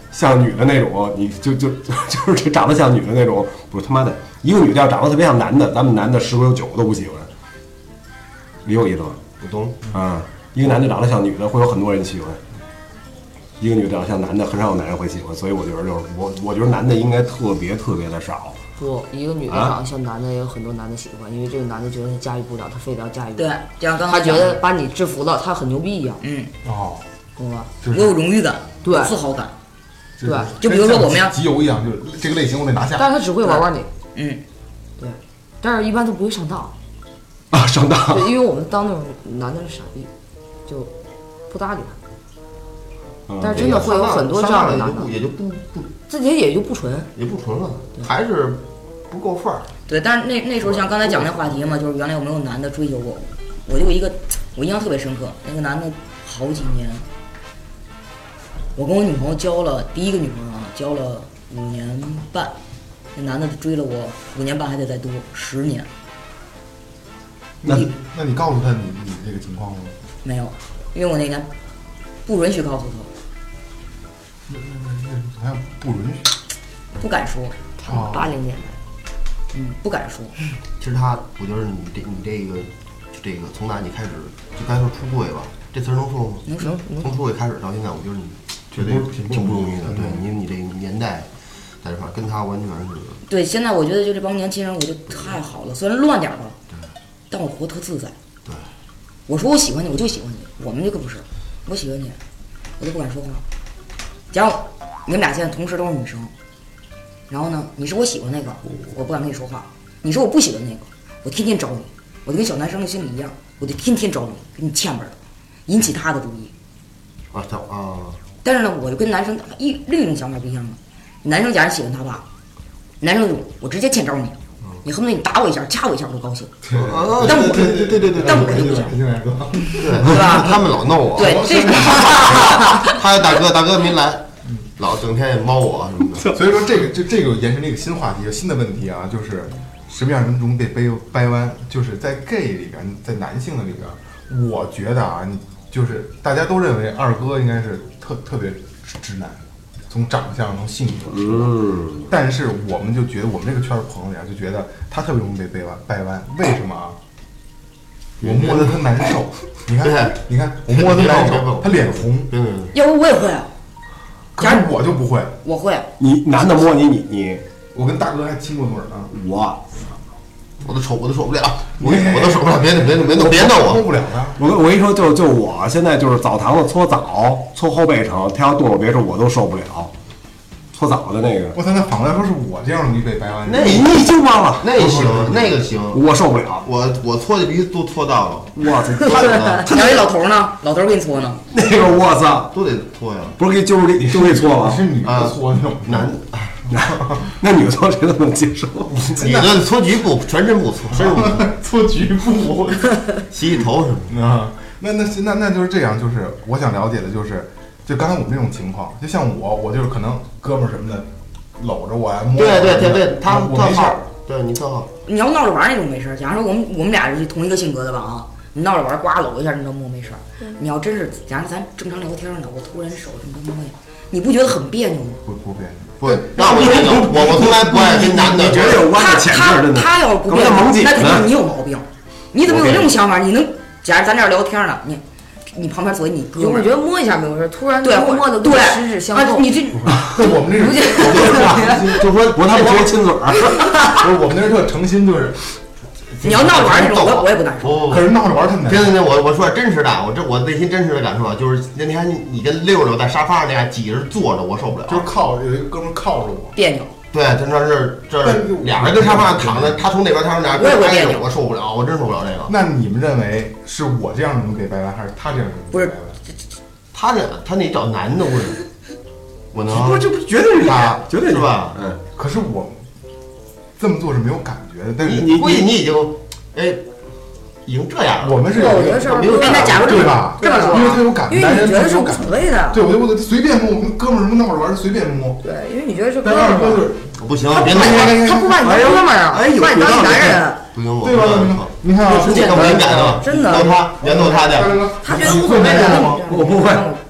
像女的那种，你就就就就是这长得像女的那种，不是他妈的，一个女的要长得特别像男的，咱们男的十个有九个都不喜欢，理我意思吗？ 我懂。 啊，一个男的长得像女的，会有很多人喜欢；一个女的长得像男的，很少有男人会喜欢。所以我觉得就是我，我觉得男的应该特别特别的少。 不，一个女的长得像男的，也有很多男的喜欢，因为这个男的觉得他驾驭不了，他非得要驾驭。 对，就像刚他才讲的， 觉得把你制服了，他很牛逼一样， 嗯， 哦， 懂吗？ 就是我有荣誉感， 对有自豪感， 就是对就比如说我们要集邮一样，就是这个类型我得拿下。 但是他只会玩玩你， 嗯， 对，但是一般都不会上当， 啊，上当。 对，因为我们当那种男的是傻逼，就不搭理他。 嗯但是真的会有很多这样的男的， 也就不不自己也就不纯。 也不纯了，还是不够范儿。 对。但是那那时候像刚才讲那话题嘛，就是原来有没有男的追求过我？我就有一个，我印象特别深刻，那个男的好几年，我跟我女朋友交了第一个女朋友啊，交了五年半，那男的追了我五年半还得再多十年， 那你那你告诉他你你这个情况吗？ 没有，因为我那年不允许告诉他， 那那那那好像不允许。 不敢说， 他们八零年代， 嗯，不敢说。 其实他，我觉得你这你这个就这个从哪你开始就该说出柜吧，这词儿能说吗？ 能说从出柜开始到现在，我觉得你绝对挺挺不容易的。对，因为你这个年代在这块儿跟他完全是。 对，现在我觉得就这帮年轻人，我就太好了，虽然乱点儿吧，但我活特自在。 对， 我说我喜欢你，我就喜欢你。我们这个不是，我喜欢你，我都不敢说话。假如你们俩现在同时都是女生，然后呢，你是我喜欢那个，我不敢跟你说话；你是我不喜欢那个，我天天找你，我就跟小男生的心理一样，我就天天找你，给你欠本的，引起他的注意。 啊，他啊， 但是呢，我就跟男生一另一种想法不一样了。男生假如喜欢他爸，男生就我直接欠招你，你恨不得你打我一下、掐我一下我都高兴。 啊但我对对对对对， 但我就不行， 肯定来哥。 对对吧他们老弄我， 对，这个他大哥大哥没来，老整天也猫我什么的。 所以说这个这这个延伸了一个新话题，新的问题啊，就是什么样人容易被掰掰弯？就是在 gay 里边，在男性的里边，我觉得啊，你就是大家都认为二哥应该是特特别直男，从长相从性格， 嗯， 但是我们就觉得我们这个圈儿朋友里啊，就觉得他特别容易被掰弯掰弯，为什么啊？我摸得他难受，你看，你看，我摸得他难受，他脸红， 对对对， 要不我也会啊， 可是我就不会， 我会。 你男的摸你，你你我跟大哥还亲过嘴呢。 我我都受我都受不了，我我都受不了，别别别别别弄受我。 不了他。 我我跟你说，就就我现在就是澡堂子搓澡，搓后背疼，他要对我别处我都受不了。搓澡的那个， 我操，那反过来说是我这样容易被掰弯。 那你你就忘了， 那行，那个行， 我受不了。 我我搓的必须都搓到了， 我操， 他那老头呢？老头给你搓呢？ 那个我操， 都得搓呀。 不是给就是给就给搓你了。 是女的搓那种男， 那女的搓谁都能接受。 女的搓局部，全身不搓，深入搓局部， 洗洗头什么的。 啊，那那那那就是这样，就是我想了解的就是，就刚才我们这种情况，就像我，我就是可能哥们儿什么的搂着我呀，摸对对对我对，他特好我没事儿，， 对你特好。 你要闹着玩儿那种没事儿。假如说我们我们俩是同一个性格的吧啊，你闹着玩儿呱搂一下你都摸没事儿。你要真是假如咱正常聊天呢，我突然手这么摸呀，你不觉得很别扭吗？ 不不别扭。 不，那我跟你讲，我我从来不爱跟男的。 你觉得有关他的潜质他真的？ 他要不搞别扭， 得萌姐那肯呢定你有毛病。你怎么有这种想法？你能假如咱这儿聊天呢，你你旁边坐一你哥们儿， 我觉得摸一下没有事，突然对默默的对十指相啊， 扣。 你这我们这是， 就说不是他们直接亲嘴儿， 不是我们那是特诚心，就是， 你要闹着玩儿那种，我我也不难受。 不不可是闹着玩儿特难真。的，那我我说真实的，我这我内心真实的感受啊，就是那天你你跟溜溜在沙发上那样挤着坐着，我受不了。 就是靠有一个哥们儿靠着我， 别扭， 对，真的是这儿俩人跟沙发上躺着，他从那边，他从那我也边挨着， 会别扭我受不了，我真受不了这个。 那你们认为是我这样容易被掰弯，还是他这样容易不是被掰弯？ 他这他得找男的问，我能不是这不绝对是你他， 绝对是吧？ 嗯， 可是我这么做是没有感觉的，但是你你估计你已经哎已经这样了。 我们是有我觉得是没有哎那假如对吧？ 这么说因为他有感， 因为男人你觉得是无他有感所谓的， 对，我就我就随便摸，我跟哥们儿什么闹着玩儿随便摸， 对，因为你觉得是哥但们儿嘛， 是二哥就是不行， 他不别弄我， 把你，他不把你当哥们儿啊， 哎呦把你当男人， 不行我。 对吧？你看啊， 这个敏感啊， 真的逗他，别逗他去。 大哥， 他觉得无所谓你会难受的吗？ 我不会，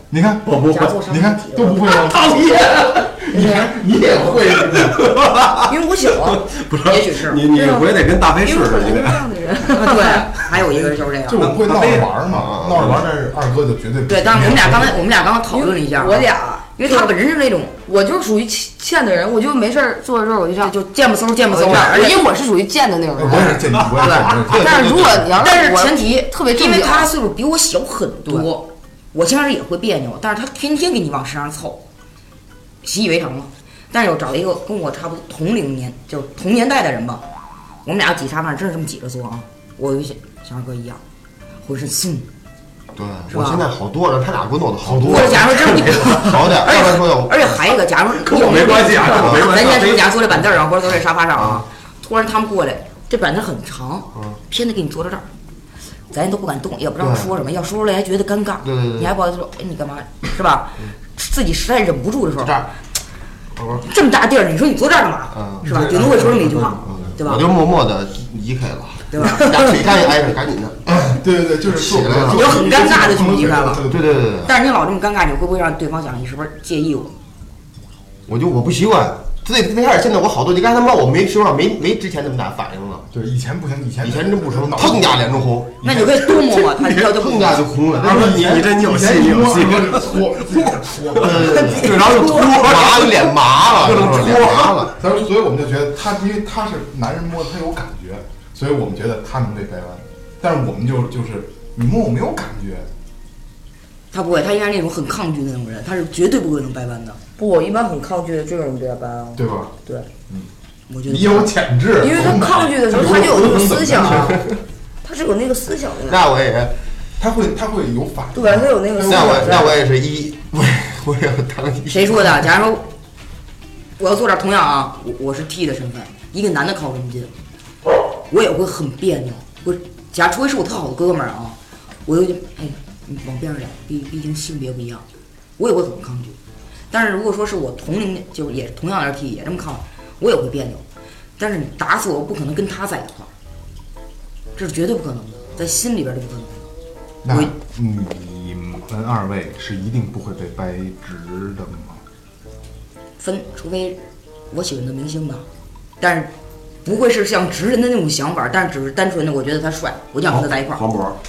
你看我不会夹做伤你看身体都不会吗？ 讨厌，你看你也会， 因为我小啊， 不是， 也许是你你回得跟大飞试因为我试，你得。 是这样的人。 对，还有一个就是这样就。我们会闹着玩嘛，闹着玩，但是二哥就绝对不对，但是我们俩刚才我们俩刚刚讨论了一下啊， 我俩， 因为他本身是那种我就是属于欠的人，我就没事儿坐在这儿我就这样， 就见不嗖见不嗖的， 我就这样而且因为我是属于贱的那种人。 我也是见你，我也是我也是。 但是如果你要但是我前提特别正经因为他岁数比我小很多，我先开始也会别扭，但是他天天给你往身上凑，习以为常了。但是我找一个跟我差不多同龄年，就是同年代的人吧，我们俩挤沙发上真是这么挤着坐啊，我就像像二哥一样，浑身松。 对，我现在好多了，他俩给我弄的好多或。者假如说真是你， 好点，要不然说要而且还有一个，假如跟我没关系啊，跟我没关系。 咱先说，假如坐在板凳上或者坐在沙发上啊，突然他们过来，这板凳很长，偏得给你坐到这儿，咱也都不敢动，也不知道说什么，要说出来还觉得尴尬， 对对对你还不好意思说，哎，你干嘛，是吧？自己实在忍不住的时候这，儿， 这么大地儿，你说你坐这儿干嘛？ 嗯是吧？顶多会说这么一句话，对吧我？就默默的移开了， 对吧？ 俩腿赶紧挨着，赶紧的。 对对对，就是起来了你就很尴尬地去离开了对对对对， 但是你老这么尴尬，你会不会让对方想你是不是介意我？ 我就我不习惯。最最开始现在我好多，你刚才骂我没说话，没没之前那么大反应了。 对，以前不行，以前以前真不成， 脑砰一下脸就红， 那你可以多摸摸他，他就砰一下就红了。 二哥，你你这你有戏，你有戏。 搓，搓， 对，然后就脱麻，脸麻了， 各种就是脸麻了。 他说，所以我们就觉得他，因为他是男人摸他有感觉，所以我们觉得他能被掰弯。但是我们就就是你摸我没有感觉， 他不会，他应该是那种很抗拒的那种人，他是绝对不会能掰弯的。 不，我一般很抗拒的这种人比较掰啊。 对吧？ 对， 我觉得你有潜质， 因为他抗拒的时候，他就有那个思想啊，他是有那个思想的。 那我也， 他会他会有反应。 对，他有那个思想那我那我在。 也是一，我也我也要当一。 谁说的？假如说我要坐这儿，同样啊，我我是 T 的身份，一个男的靠这么近，我也会很别扭。我假如除非是我特好的哥们儿啊，我就哎，你往边上点，毕毕竟性别不一样，我也会很抗拒。但是如果说是我同龄，就是也同样是 T，也这么靠，我也会别扭。但是你打死我不可能跟他在一块儿，这是绝对不可能的，在心里边是不可能的。 那我你们二位是一定不会被掰直的吗？ 分，除非我喜欢的明星吧，但是不会是像直人的那种想法，但是只是单纯的我觉得他帅，我就想跟他在一块儿。 黄渤，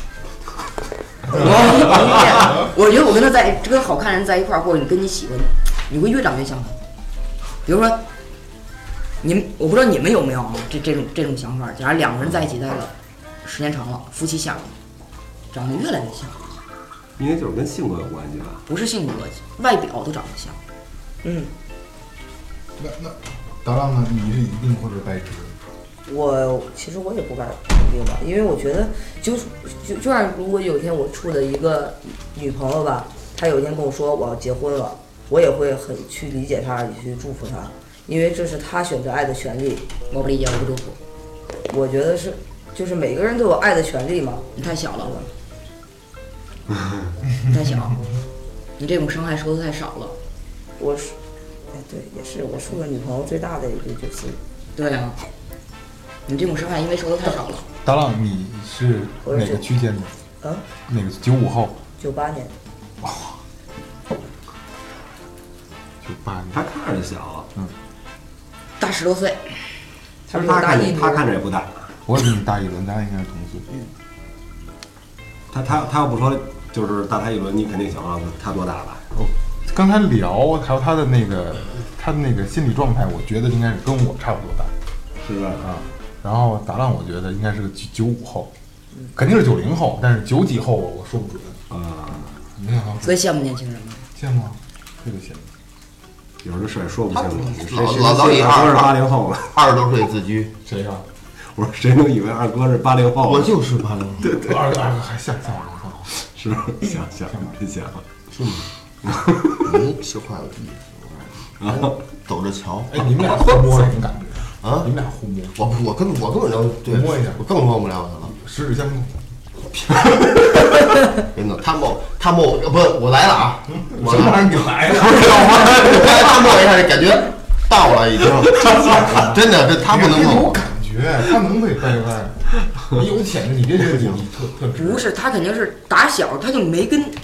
我我觉得我跟他在跟好看人在一块儿，或者你跟你喜欢，你会越长越像他。比如说，你们我不知道你们有没有啊，这这种这种想法。假如两个人在一起待了时间长了，夫妻相了，长得越来越像， 应该就是跟性格有关系吧？ 不是性格，外表都长得像。 嗯， 那那达浪呢？你是一定会被掰直。 我其实我也不敢肯定吧，因为我觉得就就就像如果有一天我处的一个女朋友吧，她有一天跟我说我要结婚了，我也会很去理解她，也去祝福她，因为这是她选择爱的权利。 我不理解，我不祝福， 我觉得是，就是每个人都有爱的权利嘛。 你太小了，你太小，你这种伤害受的太少了。 我是，哎，对，也是我处的女朋友最大的一个就是， 对啊，你这种伤害因为受的太少了。 达浪，你是哪个区间的？ 嗯， 那个九五后， 九八年， 九八年。 他看着就小啊， 大十多岁， 其实他看着他看着也不大。 我也比你大一轮，咱俩应该是同岁。 他他他要不说就是大他一轮，你肯定想啊，他多大吧？ 哦，刚才聊还有他的那个他的那个心理状态，我觉得应该是跟我差不多大是吧？ 啊。然后达浪，我觉得应该是个九九五后，肯定是九零后，但是九几后我说不准啊， 你看啊， 所以羡慕年轻人嘛。 羡慕啊，特别羡慕。 有时候事也说不清楚。谁老谁老老李谁二哥是二八零后了？ 二十多岁自居， 谁呀？ 我说谁能以为二哥是八零后？ 我就是八零后。 对对，二个二个还像像我像我。 是想想真想。 你吃坏了意思， 啊， 走着瞧。 哎，你们俩互摸什么感觉？ 啊你们俩互摸， 我我根本我根本就对摸一下我更摸不了他了。 十指相扣。 真的，他摸他摸我，不是我来了啊！我什么玩意儿？你来了？ 他摸一下就感觉到了已经，真的，这他不能有摸。 感觉，他能被掰弯。你有潜质，你别觉得你特特直。 不是，他肯定是打小他就没跟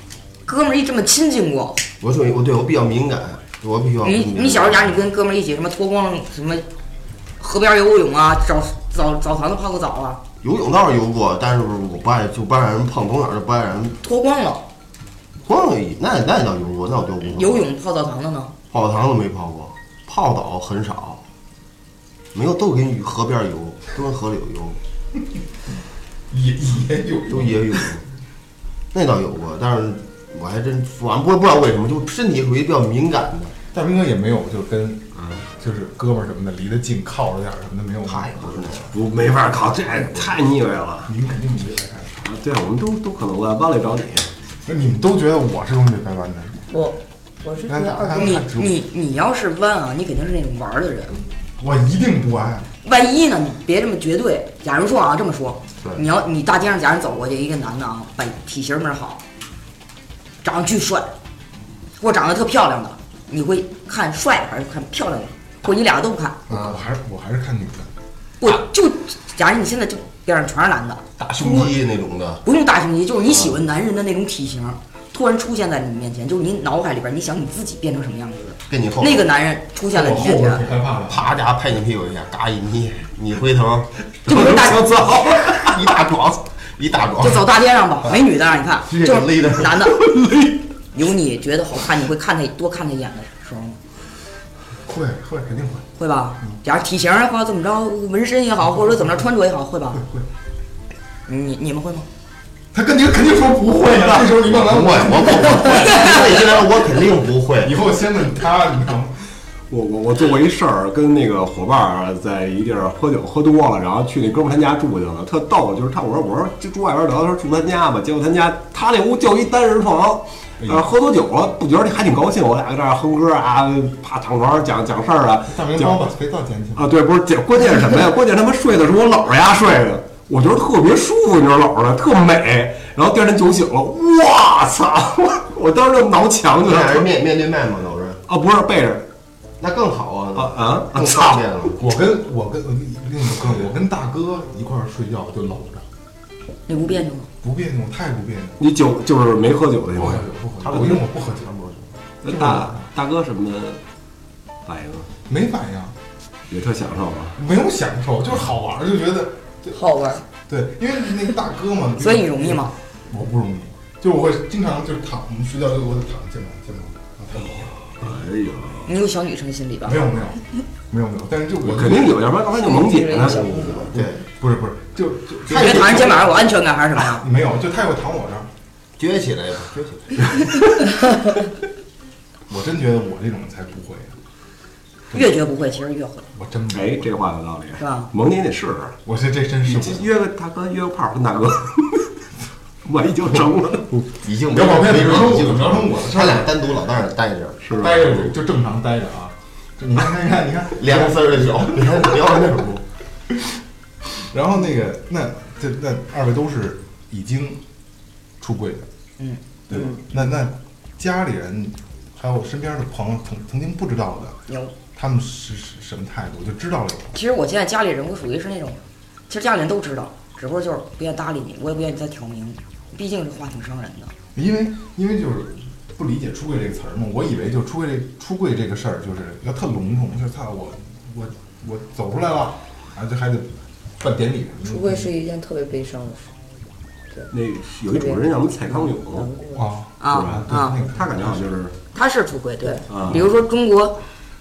哥们儿一这么亲近过？ 我对我对我比较敏感，我必须要。 你你小时候家你跟哥们儿一起什么脱光了什么河边游泳啊，澡澡澡堂子泡个澡啊？ 游泳倒是游过，但是我不爱就不爱让人碰，从小就不爱让人脱光了。 光了一那那倒游过，那我就不游泳泡澡堂子呢？ 泡澡堂子没泡过，泡澡很少，没有都跟河边游，都跟河里游游。 也也有都也有，那倒有过，但是我还真反正不不知道为什么，就身体属于比较敏感的。 大兵哥也没有就跟嗯就是哥们儿什么的离得近靠着点儿什么的没有吗？ 他也不是那样， 不没法靠，这太腻歪了。 你们肯定离得开。 啊，对啊，我们都都可能在班里找你。 那你们都觉得我是容易被掰弯的？ 我我是觉得二你他他你你要是弯啊，你肯定是那种玩儿的人。 我一定不弯。 万一呢？你别这么绝对。假如说啊，这么说， 对你要你大街上假如走过去一个男的啊，把体型门好，长得巨帅，或者长得特漂亮的，你会看帅的还是看漂亮的？或者你俩都不看？ 我还是我还是看女的。 不就假如你现在就边上全是男的， 大胸肌那种的， 不用大胸肌，就是你喜欢男人的那种体型，突然出现在你面前，就是你脑海里边，你想你自己变成什么样子的？ 跟你后那个男人出现在我后边你面前， 挺害怕的。 啪家拍你屁股一下，嘎一捏，你回头就跟大走，一大壮，一大壮就，走大街上吧，美女在那儿，你看， 直接就勒的是男的，有你觉得好看，你会看他多看他一眼的时候吗？ 会会肯定会会吧？假如体型也好，怎么着，纹身也好，或者说怎么着穿着也好，会吧？ 会。 你你们会吗？ 他跟你肯定说不会的，这时候你问完我我我我，因为我肯定不会。 以后先问他，你知道吗？ 我我我做过一事儿，跟那个伙伴儿在一地儿喝酒喝多了，然后去那哥们儿他家住去了，特逗。就是他我说我说就住外边聊，他说住他家吧，结果他家他那屋就一单人床，啊，喝多酒了，不觉得还挺高兴，我俩搁这儿哼歌啊，啪躺床上讲讲事儿啊， 大明帮我把肥皂捡起来。 啊，对，不是，这关键是什么呀？关键他妈睡的是我姥姥家睡的，我觉得特别舒服，你知道姥姥的特美。然后第二天酒醒了，我操！我我当时就挠墙去你俩是了。 面面对面吗？都是？ 啊，不是背着。 那更好啊！ 啊啊啊！ 更操方！便了。 我跟我跟另一个哥，我跟大哥一块儿睡觉就搂着， 你不别扭吗？ 不别扭，太不别扭。 你酒就是没喝酒的情况下不喝酒，，不喝酒，我因为我不喝酒， 那大大哥什么的反应啊？ 没反应， 也特享受啊。 没有享受，就是好玩儿，就觉得好玩儿。 对，因为那个大哥嘛， 所以你容易吗？ 我不容易，就是我会经常就是躺睡觉就我得躺肩膀肩膀，然后他搂哎呦， 你有小女生心理吧没？有没有没有没有，但是就我肯定有，要不然刚才就萌姐呢。 对， 不是不是，就就就因为躺人肩膀上有安全感还是什么呀？ 没有，就他也会躺我这儿， 撅起来吧，撅起来。 我真觉得我这种才不会， 越觉不会，其实越会， 我真不哎， 会， 这话有道理， 是吧？ 萌姐你得试试。 我这这真是你不约个大哥，约个炮跟大哥，万一就成了， 已经你要往没准已经边聊成我聊成我的事儿， 他俩单独老在那儿待着， 是吧？ 待着就就正常待着啊。就你看看你看你看， 两丝儿的脚，你看聊着那种路。 然后那个那这那二位都是已经出柜的， 嗯， 对吧？那那家里人还有身边的朋友曾曾经不知道的， 有。 他们是是什么态度？就知道了有。 其实我现在家里人，我属于是那种，其实家里人都知道，只不过就是不愿意搭理你，我也不愿意再挑明，毕竟这话挺伤人的。 因为因为就是不理解出柜这个词儿嘛，我以为就出柜这出柜这个事儿就是要特隆重，就是操我我我走出来了，啊这还得办典礼什么的。 出柜是一件特别悲伤的事， 那有一主持人叫什么蔡康永， 难过。 啊啊对吧对啊那个他感觉好像就是他是出轨，对， 啊比如说中国，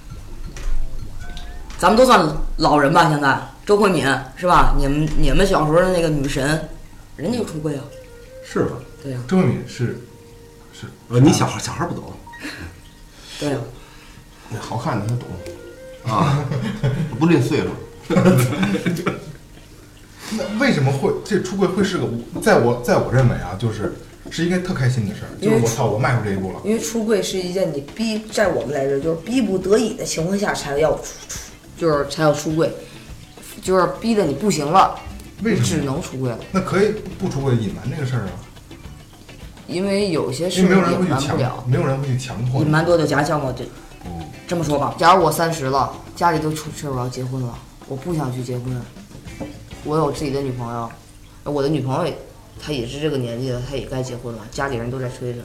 咱们都算老人吧，现在周慧敏是吧？你们你们小时候的那个女神，人家就出柜啊， 是吧？ 对呀、 周慧敏是是呃，你小孩小孩不懂对呀、 那好看的他懂， 啊， 不吝岁数。 那为什么会这出柜会是个？在我在我认为啊，就是是一件特开心的事儿，就因为是我操，我迈出这一步了。 因为出柜是一件你逼，在我们来说就是逼不得已的情况下才要出出，就是才要出柜，就是逼得你不行了， 为只什么？ 能出柜了。 那可以不出柜隐瞒这个事儿啊， 因为有些事因为没有人会隐去强瞒不了，。 没有人会去强迫你。 隐瞒多久假项目这，这么说吧， 假如我三十了，家里都出事我要结婚了，我不想去结婚，我有自己的女朋友，我的女朋友也她也是这个年纪了，她也该结婚了，家里人都在催着，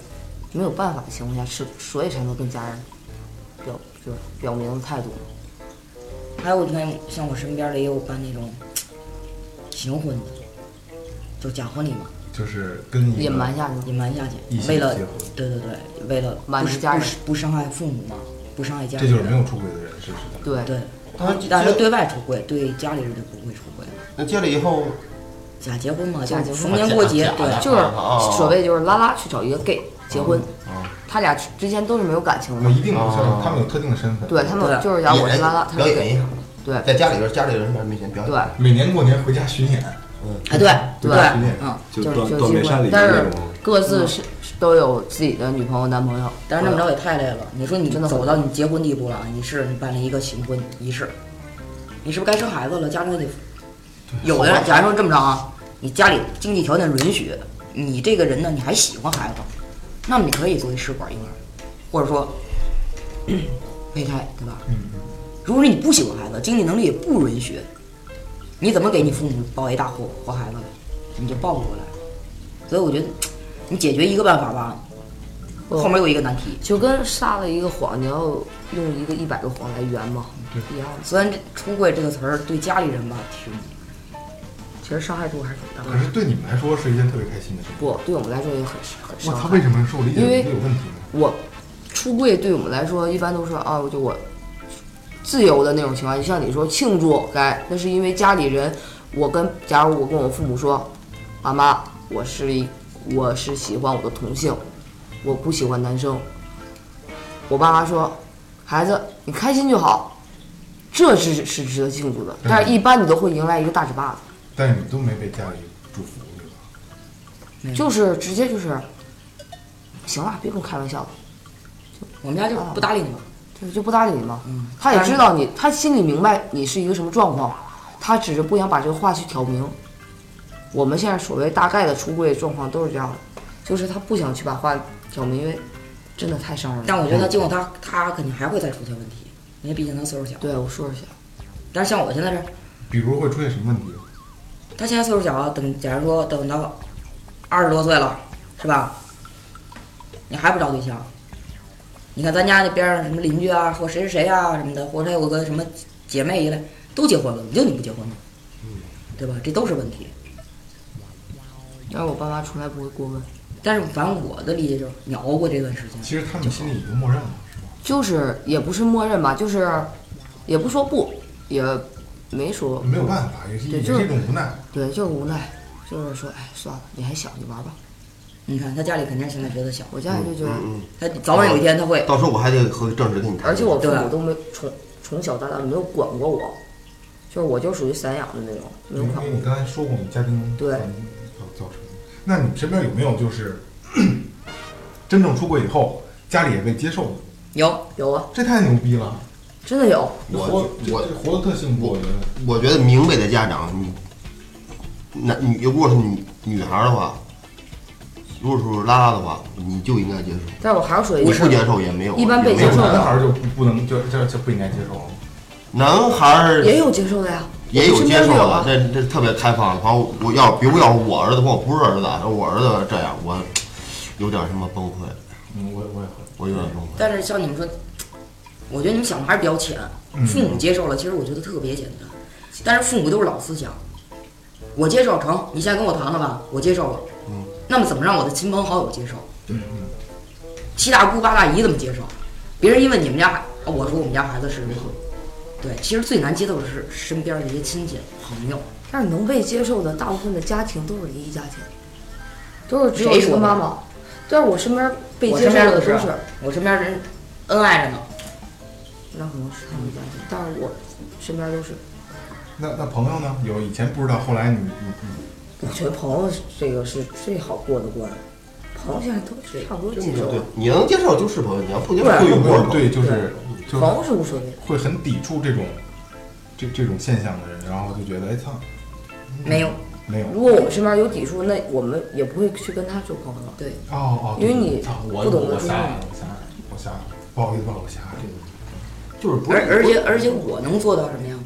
没有办法的情况下，是所以才能跟家人表就是表明态度。 还有你看，像我身边的也有办那种行婚的，就假婚礼嘛， 就是跟一个隐瞒下去， 隐瞒下去异，性为了结婚对对对，为了不是瞒着家人不是不伤害父母嘛，不伤害家这人。 就是没有出轨的人实施的。 对对， 他但是对外出轨，对家里人就不会出轨了。 那结了以后， 假结婚嘛， 假结婚就是逢年过节假， 对假， 就是哦所谓就是拉拉去找一个 gay 结婚， 哦他俩之间都是没有感情的。 那一定有身份哦， 他们有特定的身份。 对他们对就是假如我是拉拉，他是表演 gay， 一下， 对在家里边家里人面前表演。 对每年过年回家巡演， 哎对对对训练， 嗯， 就就是断断背就结婚， 山里面那但是种。 各自是都有自己的女朋友男朋友， 但是那么着也太累了。你说你真的很走到你结婚地步了，你是你办了一个行婚仪式，你是不是该生孩子了？家长得有的人，假如说这么着啊，你家里经济条件允许，你这个人呢，你还喜欢孩子，那么你可以作为试管婴儿，或者说胚胎，对吧？ 嗯如果说你不喜欢孩子，经济能力也不允许，你怎么给你父母抱一大活活孩子来？你就抱不过来。所以我觉得，你解决一个办法吧，后面有一个难题。 就跟撒了一个谎，你要用一个一百个谎来圆嘛， 对一样的。 虽然这出柜这个词儿对家里人吧挺， 其实伤害度还是挺大可的。 是对你们来说是一件特别开心的事情。 不，对我们来说也很很我伤害。 操，为什么是我理解因为的有问题呢？ 我出柜对我们来说，一般都是啊，就我自由的那种情况。就像你说庆祝，该那是因为家里人，我跟假如我跟我父母说，妈妈，我是一我是喜欢我的同性，我不喜欢男生。我爸妈说，孩子你开心就好，这是是值得庆祝的。但是一般你都会迎来一个大嘴巴子， 但是你们都没被家里祝福，对吧？ 就是直接就是，行了，别跟我开玩笑了。 我们家就不搭理你嘛。 就就不搭理你嘛。 嗯他也知道你，他心里明白你是一个什么状况，他只是不想把这个话去挑明。我们现在所谓大概的出柜状况都是这样的，就是他不想去把话挑明，因为真的太伤人了。 但我觉得他经过他，他肯定还会再出现问题，因为毕竟他岁数小。 对我说一下， 但是像我现在这， 比如会出现什么问题？ 他现在岁数小啊，等假如说等到二十多岁了，是吧？你还不找对象？你看咱家那边上什么邻居啊，或谁谁谁啊什么的，或者有个什么姐妹一类都结婚了，就你不结婚呢？对吧？这都是问题。 但是我爸妈从来不会过问， 但是反正我的理解就是，你熬过这段时间， 其实他们心里已经默认了，是吧？ 就是也不是默认吧，就是也不说不，也没说没有办法，也是也对就是是一种无奈。 对，就是无奈，就是说，哎，算了，你还小，你玩吧。 你看他家里肯定现在觉得小， 我家里就觉得， 嗯他早晚有一天他会嗯，到时候我还得和正直跟你谈。 而且我父对母都没从从小到大没有管过我，就是我就属于散养的那种，没有因管过为你刚才说过你家庭对环境造造成的，那你身边有没有就是真正出轨以后家里也被接受的？ 有有啊， 这太牛逼了！ 真的有。 我活这我这活得特幸福，我觉得。 我觉得明白的家长，你男女如果是女女孩的话，如果是拉拉的话，你就应该接受。 但是我还要说一件事， 你不接受也没有， 一般被也没有接受的男孩儿就不不能就这这不应该接受了。 男孩儿也有接受的呀， 也有我身接受的， 边就有啊。 这这特别开放。然后我要，比如要是我儿子或我不是儿子，我儿子这样，我有点什么崩溃， 嗯，我我也会。 我有点崩溃。 但是像你们说，我觉得你们想的还是比较浅。 嗯父母接受了，其实我觉得特别简单。但是父母都是老思想，我接受成，你现在跟我谈了吧，我接受了。 嗯。 那么怎么让我的亲朋好友接受？ 嗯嗯。 七大姑八大姨怎么接受？别人一问你们家孩，我说我们家孩子是如何？对，其实最难接受的是身边的一些亲戚朋友。 但是能被接受的大部分的家庭都是离异家庭，都是只有一谁说的个妈妈。但是我身边被我接受身边都是的都是， 我身边人恩爱着呢。 那可能是他们家庭，但是我身边都是。 那那朋友呢？有以前不知道，后来你你你我觉得朋友这个是最好过的关，朋友现在都差不多接受对了，， 你能接受就是朋友，你要不接受对会有没有就不是朋友。 对就是就朋友是无所谓的。 会很抵触这种这这种现象的人，然后就觉得哎操， 没有， 没有如果我们身边有抵触，那我们也不会去跟他做朋友了。 对， 哦哦， 因为你操我不懂得我瞎尊重了我瞎了我瞎了，不好意思不好意思，我瞎了。 就是不而而且而且我能做到什么呀？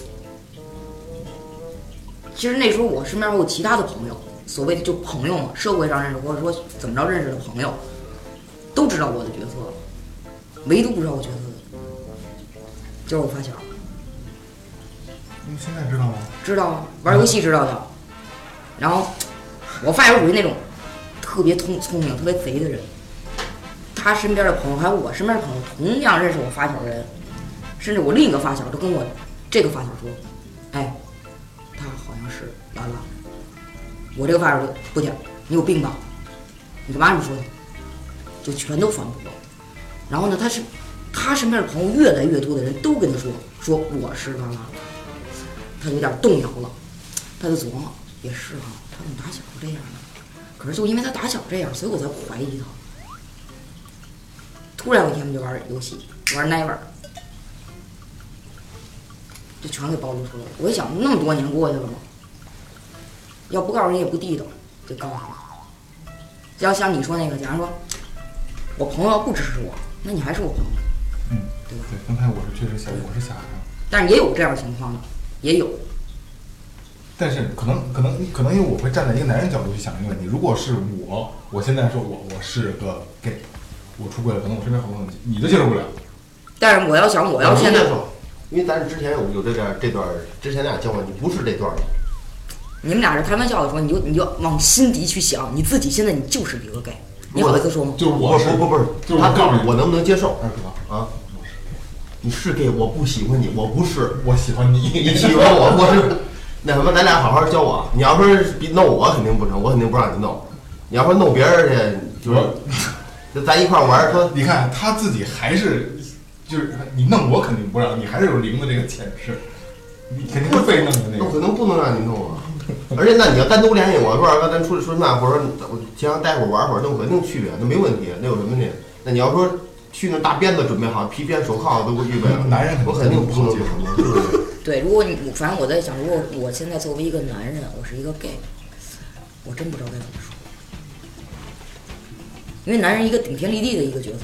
其实那时候我身边还有其他的朋友，所谓的就朋友嘛，社会上认识或者说怎么着认识的朋友， 都知道我的角色，唯独不知道我角色的就是我发小。 你现在知道吗？ 知道啊，玩游戏知道的。然后我发小属于那种特别聪聪明、特别贼的人。他身边的朋友还有我身边的朋友同样认识我发小的人，甚至我另一个发小都跟我这个发小说：“哎，他好像是兰兰。”我这个发小说：“不听，你有病吧？你干嘛这么说他？”就全都反驳。然后呢，他是他身边的朋友越来越多的人都跟他说：“说我是兰兰。”他有点动摇了，他就琢磨，也是啊，他怎么打小这样呢？可是就因为他打小这样，所以我才怀疑他。突然有一天，我们就玩游戏，玩 Never， 就全给暴露出来了。我一想，那么多年过去了吗？要不告诉你也不地道，就告诉你。就要像你说那个，假如说我朋友要不支持我，那你还是我朋友， 嗯， 对吧？ 对，刚才我是确实想，我是想着， 但是也有这样情况的，也有。 但是可能可能可能因为我会站在一个男人角度去想一个问题，如果是我，我现在说我我是个 gay， 我出柜了，可能我身边好多问题你都接受不了。 但是我要想，我要现在说，因为咱之前有有这点这段之前咱俩交往，你不是这段的。 你们俩是开玩笑的时候，你就你就往心底去想，你自己现在你就是一个 gay， 你好意思说吗？ 就是我是不不不是， 就是他我告诉你， 我能不能接受？ 二哥啊，你是 gay，我不喜欢你，我不是， 我喜欢你， 你喜欢我，我是那什么，咱俩好好交往。你要说弄我肯定不成，我肯定不让你弄。你要说弄别人去，就是咱一块玩儿，说你看他自己还是就是你弄我肯定不让，你还是有零的这个潜质，你肯定是被弄的那那个。 可能不能让你弄啊。而且那你要单独联系我，说二哥咱出去吃饭，或者说我想待会儿玩会儿，那我肯定去啊，那没问题，那有什么呢？那你要说去那大鞭子准备好，皮鞭手铐都给我预备了， 男人我肯定不能接受。 对，如果你反正我在想，如果我现在作为一个男人，我是一个 gay， 我真不知道该怎么说，因为男人一个顶天立地的一个角色。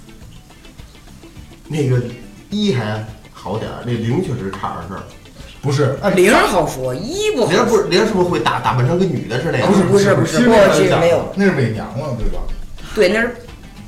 那个一还好点儿，那零确实差点事儿。 不是，按零好说，一不好零不说。 是零是不是会打打扮成跟女的似的？ 不是不是不是其实不那是假的这个没有， 那是伪娘了，对吧？ 对，那是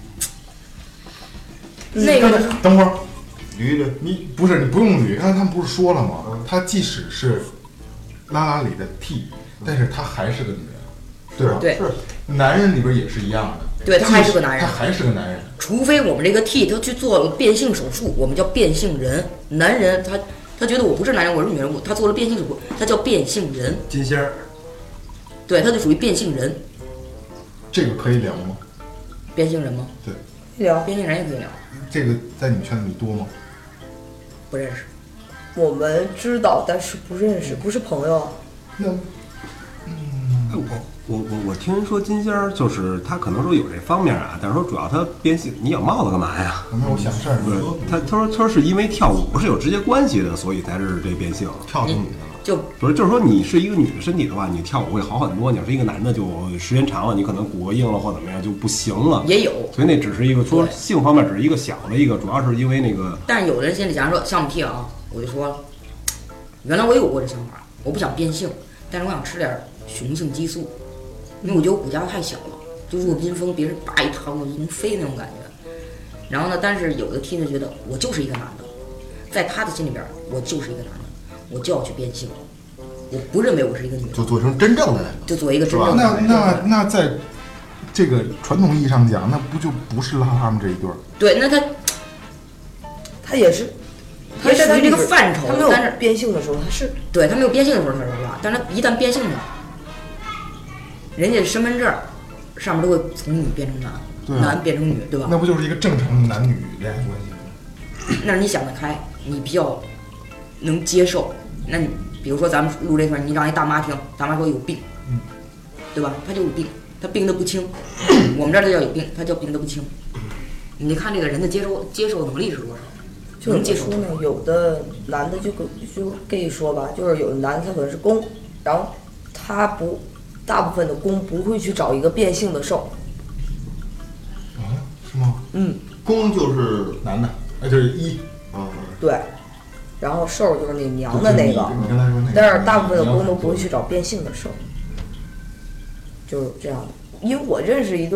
那个等会儿， 驴的， 你不是你不用捋，刚才他们不是说了吗？他即使是拉拉里的 T， 但是他还是个女人，对吧？ 对是男人里边也是一样的， 对他还是个男人他还是个男人。 除非我们这个 T 他去做了变性手术，我们叫变性人。男人他他觉得我不是男人，我是女人，我他做了变性手术，他叫变性人。 金仙儿， 对，他就属于变性人。 这个可以聊吗？ 变性人吗？ 对， 聊变性人也可以聊， 这个在你们圈子里多吗？ 不认识。 我们知道，但是不认识，不是朋友啊。 那哎我我我我听人说金仙儿就是他可能说有这方面啊，但是说主要他变性，你养帽子干嘛呀？ 可能我想事儿， 不是他他说他说是因为跳舞是有直接关系的，所以才是这变性。 跳成女的了。 就不是，就是说你是一个女的身体的话，你跳舞会好很多。你要是一个男的，就时间长了，你可能骨骼硬了或怎么样就不行了。 也有， 所以那只是一个说对性方面只是一个小的一个，主要是因为那个但是有的人心里，假如说像我们 T 啊，我就说，原来我有过这想法，我不想变性，但是我想吃点雄性激素，因为我觉得我骨架太小了，就如果冰封，别人叭一掏我就能飞那种感觉。然后呢，但是有的 T 就觉得我就是一个男的，在他的心里边，我就是一个男的，我就要去变性，我不认为我是一个女的， 就做成真正的那个。 就做一个真正的那男那的。 那在这个传统意义上讲，那不就不是拉他们这一对儿？ 对，那他他也是， 他属于这个范畴他没有但是变性的时候，他是对他没有变性的时候他是拉，但是他一旦变性了，人家身份证上面都会从女变成男， 对啊男变成女，对吧？ 那不就是一个正常的男女恋爱关系吗？ 那你想得开，你比较能接受。那你比如说咱们录这份，你让一大妈听，大妈说有病， 嗯， 对吧？他就有病，他病得不轻。我们这儿就叫有病，他叫病得不轻。你看这个人的接受接受能力是多少？ 就能接受怎么说呢？有的男的就跟就跟你说吧，就是有的男的他可能是公，然后他不，大部分的公不会去找一个变性的受。 啊，是吗？ 嗯， 公就是男的，哎，就是一， 啊， 对。然后受就是那娘的那个， 你你刚才说那个， 但是大部分的公都你要不会去找变性的受，就是这样的。因为我认识一对儿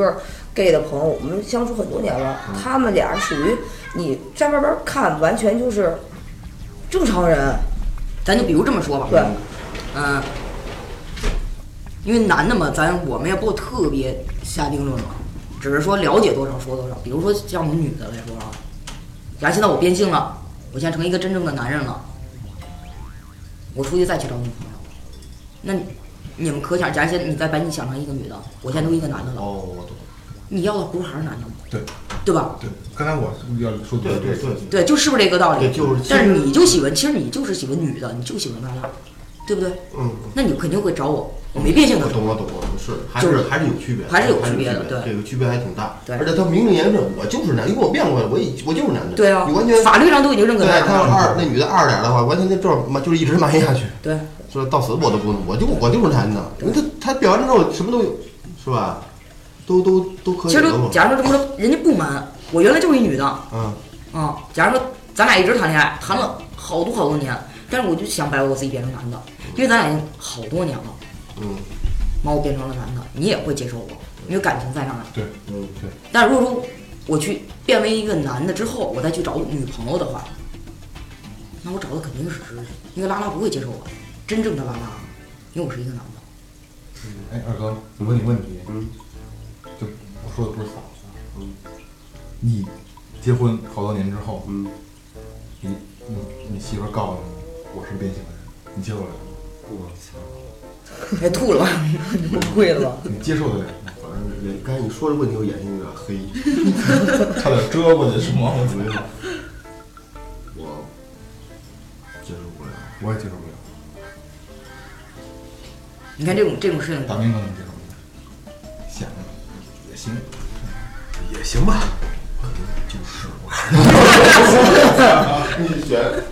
gay 的朋友，我们相处很多年了，他们俩属于你在外边看完全就是正常人。 咱就比如这么说吧， 对， 嗯、因为男的嘛，咱我们也不特别下定论嘛，只是说了解多少说多少。比如说像我们女的来说啊，假如现在我变性了，我现在成一个真正的男人了，我出去再去找女朋友，那你你们可想，假如现在你再把你想成一个女的，我现在都一个男的了， 哦，我懂。 你要的不是还是男的吗？ 对， 对吧？ 对，刚才我要说的对对这个， 对， 对，就是不是这个道理？ 对就是但是你就喜欢，其实你就是喜欢女的，你就喜欢拉拉，对不对？ 嗯， 那你肯定会找我，我没变性的时候。 我懂我懂我懂，是还就是还是有区别， 还是有还区别的对这个区别还挺大。 对而且他名正言顺，我就是男，因为我变过来，我已我就是男的。 对啊， 你完全法律上都已经认可对， 他了。 他要二那女的二点的话，完全就这么就是一直瞒下去， 对， 说到死我都不，我就我就是男的，因为他他变完之后什么都有，是吧？都都都可以其实都了嘛。 假如说这么说，人家不瞒，我原来就是一女的嗯， 啊。假如说咱俩一直谈恋爱，谈了好多好多年，但是我就想把我自己变成男的，因为咱俩已经好多年了， 嗯把我变成了男的，你也会接受我，因为感情在那儿呢。 对， 嗯对， 但如果说我去变为一个男的之后，我再去找女朋友的话，那我找的肯定是直的，因为拉拉不会接受我，真正的拉拉，因为我是一个男的。 哎，二哥，我问你问题， 嗯， 就我说的不是好， 嗯， 你结婚好多年之后， 嗯， 你你你媳妇儿告诉你我是变性的人，你接受得了吗？ 我操！ 哎，吐了吧？你崩溃了吧？ 你接受得了吗？ 反正眼刚才你说这问题，我眼睛有点黑。 差点遮过去是吗？我没有，我接受不了。 我也接受不了， 你看这种这种事情， 大明能接受不了，想也行， 也行吧。 就是你选。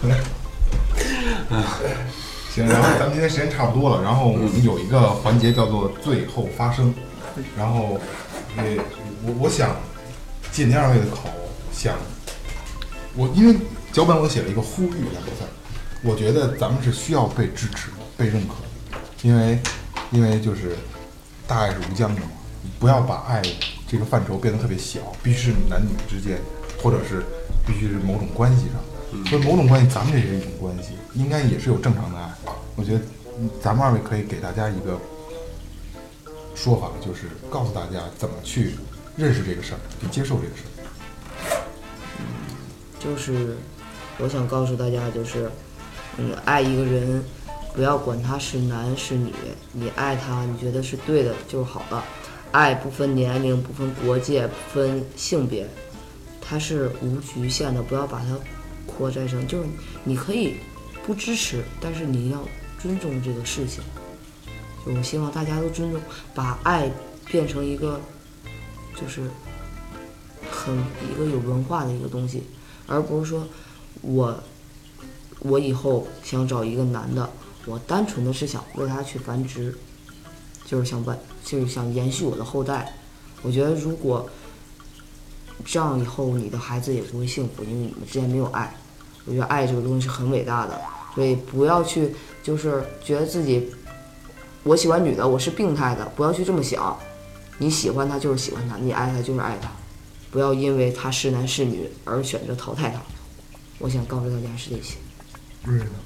行，然后咱们今天时间差不多了，然后我们有一个环节叫做最后发声，然后也我我想借您二位的口，想我因为脚本我写了一个呼吁两个字，我觉得咱们是需要被支持、被认可的，因为因为就是大爱是无疆的嘛，不要把爱这个范畴变得特别小，必须是男女之间，或者是必须是某种关系上。所以某种关系，咱们这也是一种关系，应该也是有正常的爱。我觉得嗯咱们二位可以给大家一个说法，就是告诉大家怎么去认识这个事儿，去接受这个事儿。 就是我想告诉大家，就是嗯，爱一个人，不要管他是男是女，你爱他，你觉得是对的就好了。爱不分年龄，不分国界，不分性别，它是无局限的，不要把它扩展成，就是你可以不支持，但是你要尊重这个事情。就我希望大家都尊重，把爱变成一个就是很一个有文化的一个东西，而不是说我我以后想找一个男的，我单纯的是想为他去繁殖，就是想把就是想延续我的后代。我觉得如果这样以后你的孩子也不会幸福，因为你们之间没有爱。我觉得爱这个东西是很伟大的，所以不要去就是觉得自己我喜欢女的，我是病态的，不要去这么想。你喜欢他就是喜欢他，你爱他就是爱他，不要因为他是男是女而选择淘汰他。我想告诉大家是这些。 瑞呢？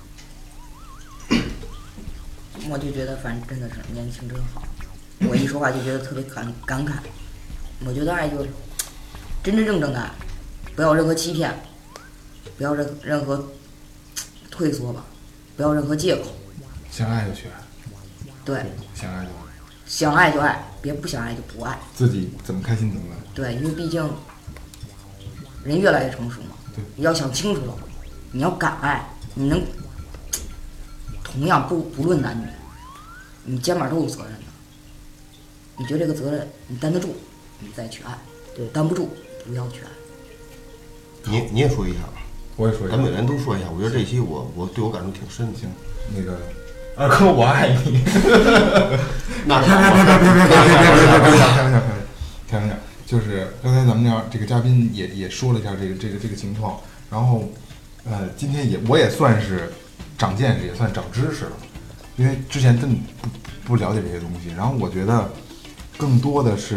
我就觉得反正真的是年轻真好，我一说话就觉得特别感感慨。我觉得爱就真真正正的爱，不要任何欺骗，不要任任何退缩吧，不要任何借口。 想爱就去爱， 对， 想爱就爱， 想爱就爱，别不想爱就不爱。 自己怎么开心怎么来。 对，因为毕竟人越来越成熟嘛， 对， 你要想清楚了，你要敢爱，你能同样不不论男女，你肩膀都有责任的。你觉得这个责任你担得住，你再去爱；对，担不住，不要去爱。 你你也说一下吧， 我也说一下咱每人都说一下。我觉得这期我我对我感触挺深的。 行，那个二哥我爱你。 那开玩笑，开玩笑，开玩笑，开玩笑，开玩笑。就是刚才咱们这这个嘉宾也也说了一下这个这个这个情况，然后呃，今天也我也算是长见识，也算长知识了，因为之前真的不不了解这些东西。然后我觉得更多的是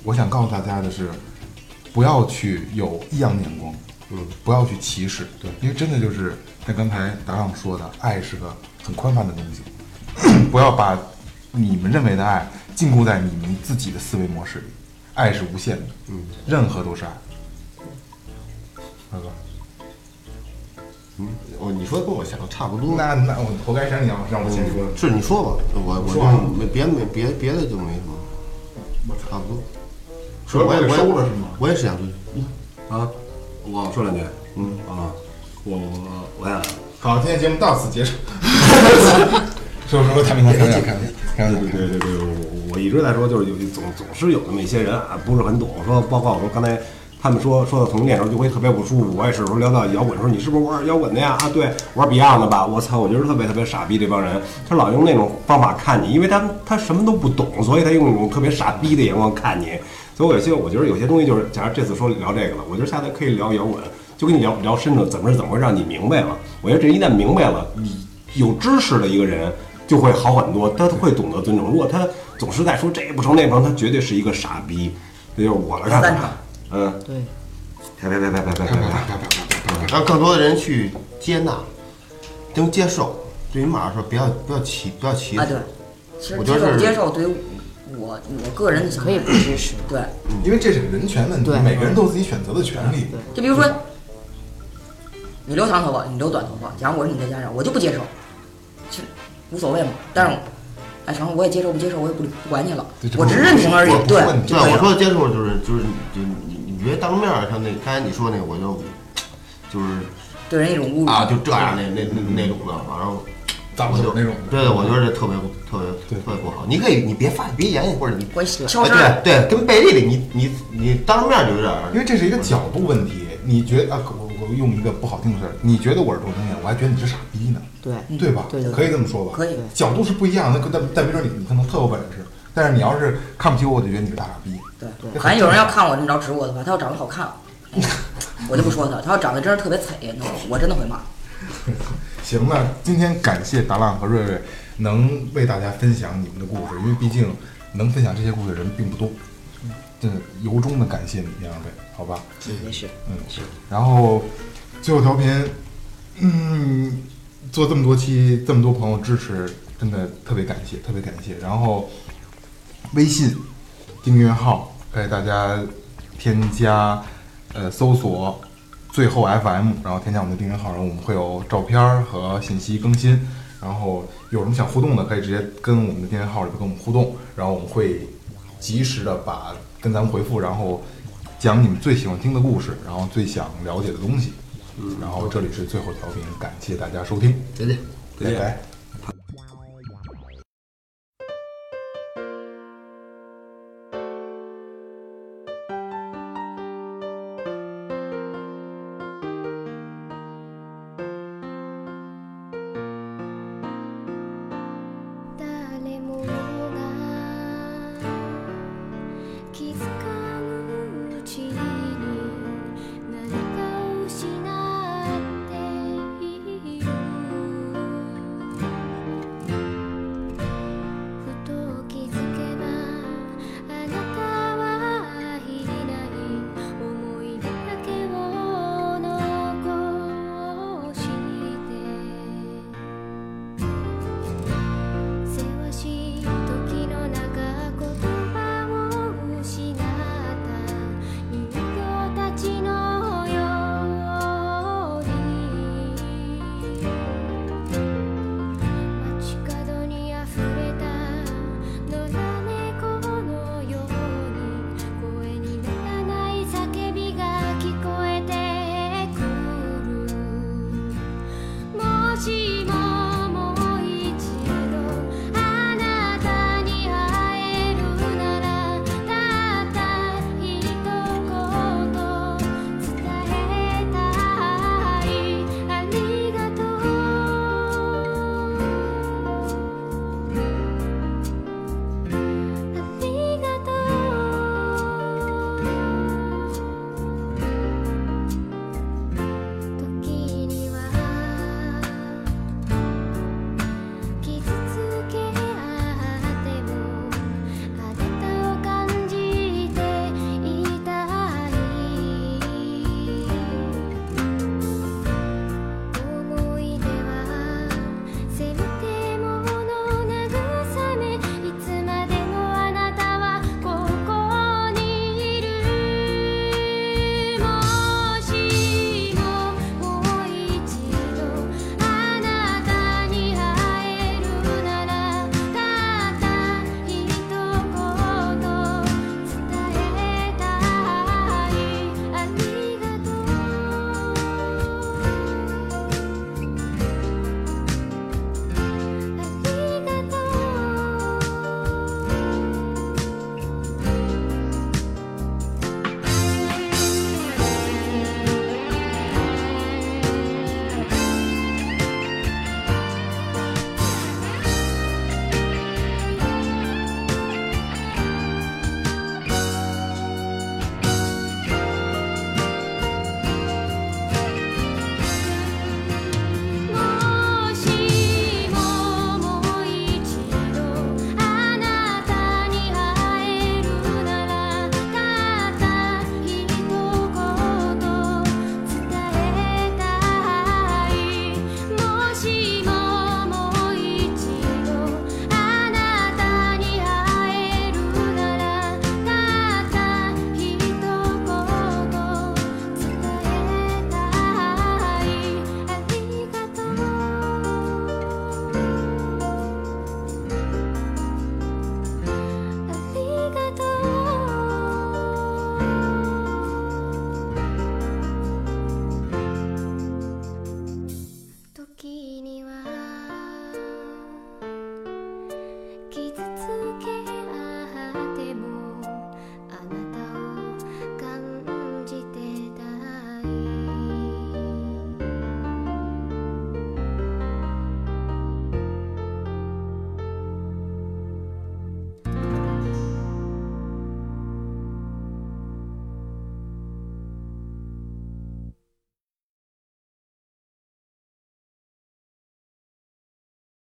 我想告诉大家的是，不要去有异样的眼光， 嗯， 不要去歧视，对，因为真的就是像刚才达朗说的，爱是个很宽泛的东西，不要把你们认为的爱禁锢在你们自己的思维模式里，爱是无限的， 嗯， 任何都是爱。大哥， 嗯，哦，你说的跟我想的差不多。 那那我活该谁你要让我先说？ 是你说吧，我我说啊就没别没别别的就没什么，我差不多。是说我给我也我也收了是吗？ 我也是想说，嗯啊，我说两句， 嗯啊，我我我想， 好，今天节目到此结束。说说说，开玩笑，开玩笑，开玩笑，开玩笑。 对对对，我我一直在说，就是有总总是有那么一些人啊，不是很懂。说包括我说刚才他们说说到同性恋的时候就会特别不舒服。我也是说聊到摇滚的时候，你是不是玩摇滚的呀？啊，对，玩 Beyond 的吧？我操，我觉得特别特别傻逼这帮人，他老用那种方法看你，因为他他什么都不懂，所以他用那种特别傻逼的眼光看你。所以我有些我觉得有些东西就是，假如这次说聊这个了，我觉得下次可以聊摇滚，就跟你聊聊深的怎么是怎么会让你明白了。我觉得这一旦明白了，你有知识的一个人就会好很多，他会懂得尊重。如果他总是在说这不成那不成，他绝对是一个傻逼。这就是我的看法。嗯， 对， 别别别别别别别别！ 让更多的人去接纳，能接受。对于马来说，不要不要歧不要歧视。 啊，对，其实我觉得是接受不接受对于我我个人的想法可以不支持。 对， 因为这是个人权问题， 对每个人都有自己选择的权利。 就比如说你留长头发，你留短头发，假如我是你的家长，我就不接受，其实无所谓嘛。但是哎，反正我也接受不接受，我也不不管你了对，这我只是认同而已我。不是对， 问题对， 就可以了我说的接受就是就是你你你别当面儿像那刚才你说那个，我就就是对人一种侮辱啊就这样那那那那种的，反正脏手那种的。 对，我觉得这特别特别对特别不好。你可以你别发别言语，或者你关系哎悄声儿。 对对，跟背地里你你你当面就有点儿， 因为这是一个角度问题。你觉得啊，我我用一个不好听的事儿，你觉得我是同性恋，我还觉得你是傻逼呢， 对， 对吧？ 对对对可以这么说吧？ 可以角度是不一样的，那但但没准你你可能特有本事，但是你要是看不起我，我就觉得你是大傻逼。 对对反正有人要看我这么着指我的话，他要长得好看，我就不说他；他要长得真是特别惨，那我真的会骂。 行，那今天感谢达浪和瑞瑞能为大家分享你们的故事，因为毕竟能分享这些故事的人并不多。真的由衷的感谢你们两位，好吧？ 也是， 嗯，是。然后最后调频，嗯，做这么多期，这么多朋友支持，真的特别感谢，特别感谢。然后微信订阅号，给大家添加，呃，搜索最后 F M， 然后添加我们的订阅号，然后我们会有照片和信息更新。然后有什么想互动的，可以直接跟我们的订阅号里边跟我们互动，然后我们会及时的把跟咱们回复，然后讲你们最喜欢听的故事，然后最想了解的东西。嗯，然后这里是最后调频，感谢大家收听， 再见。 拜拜。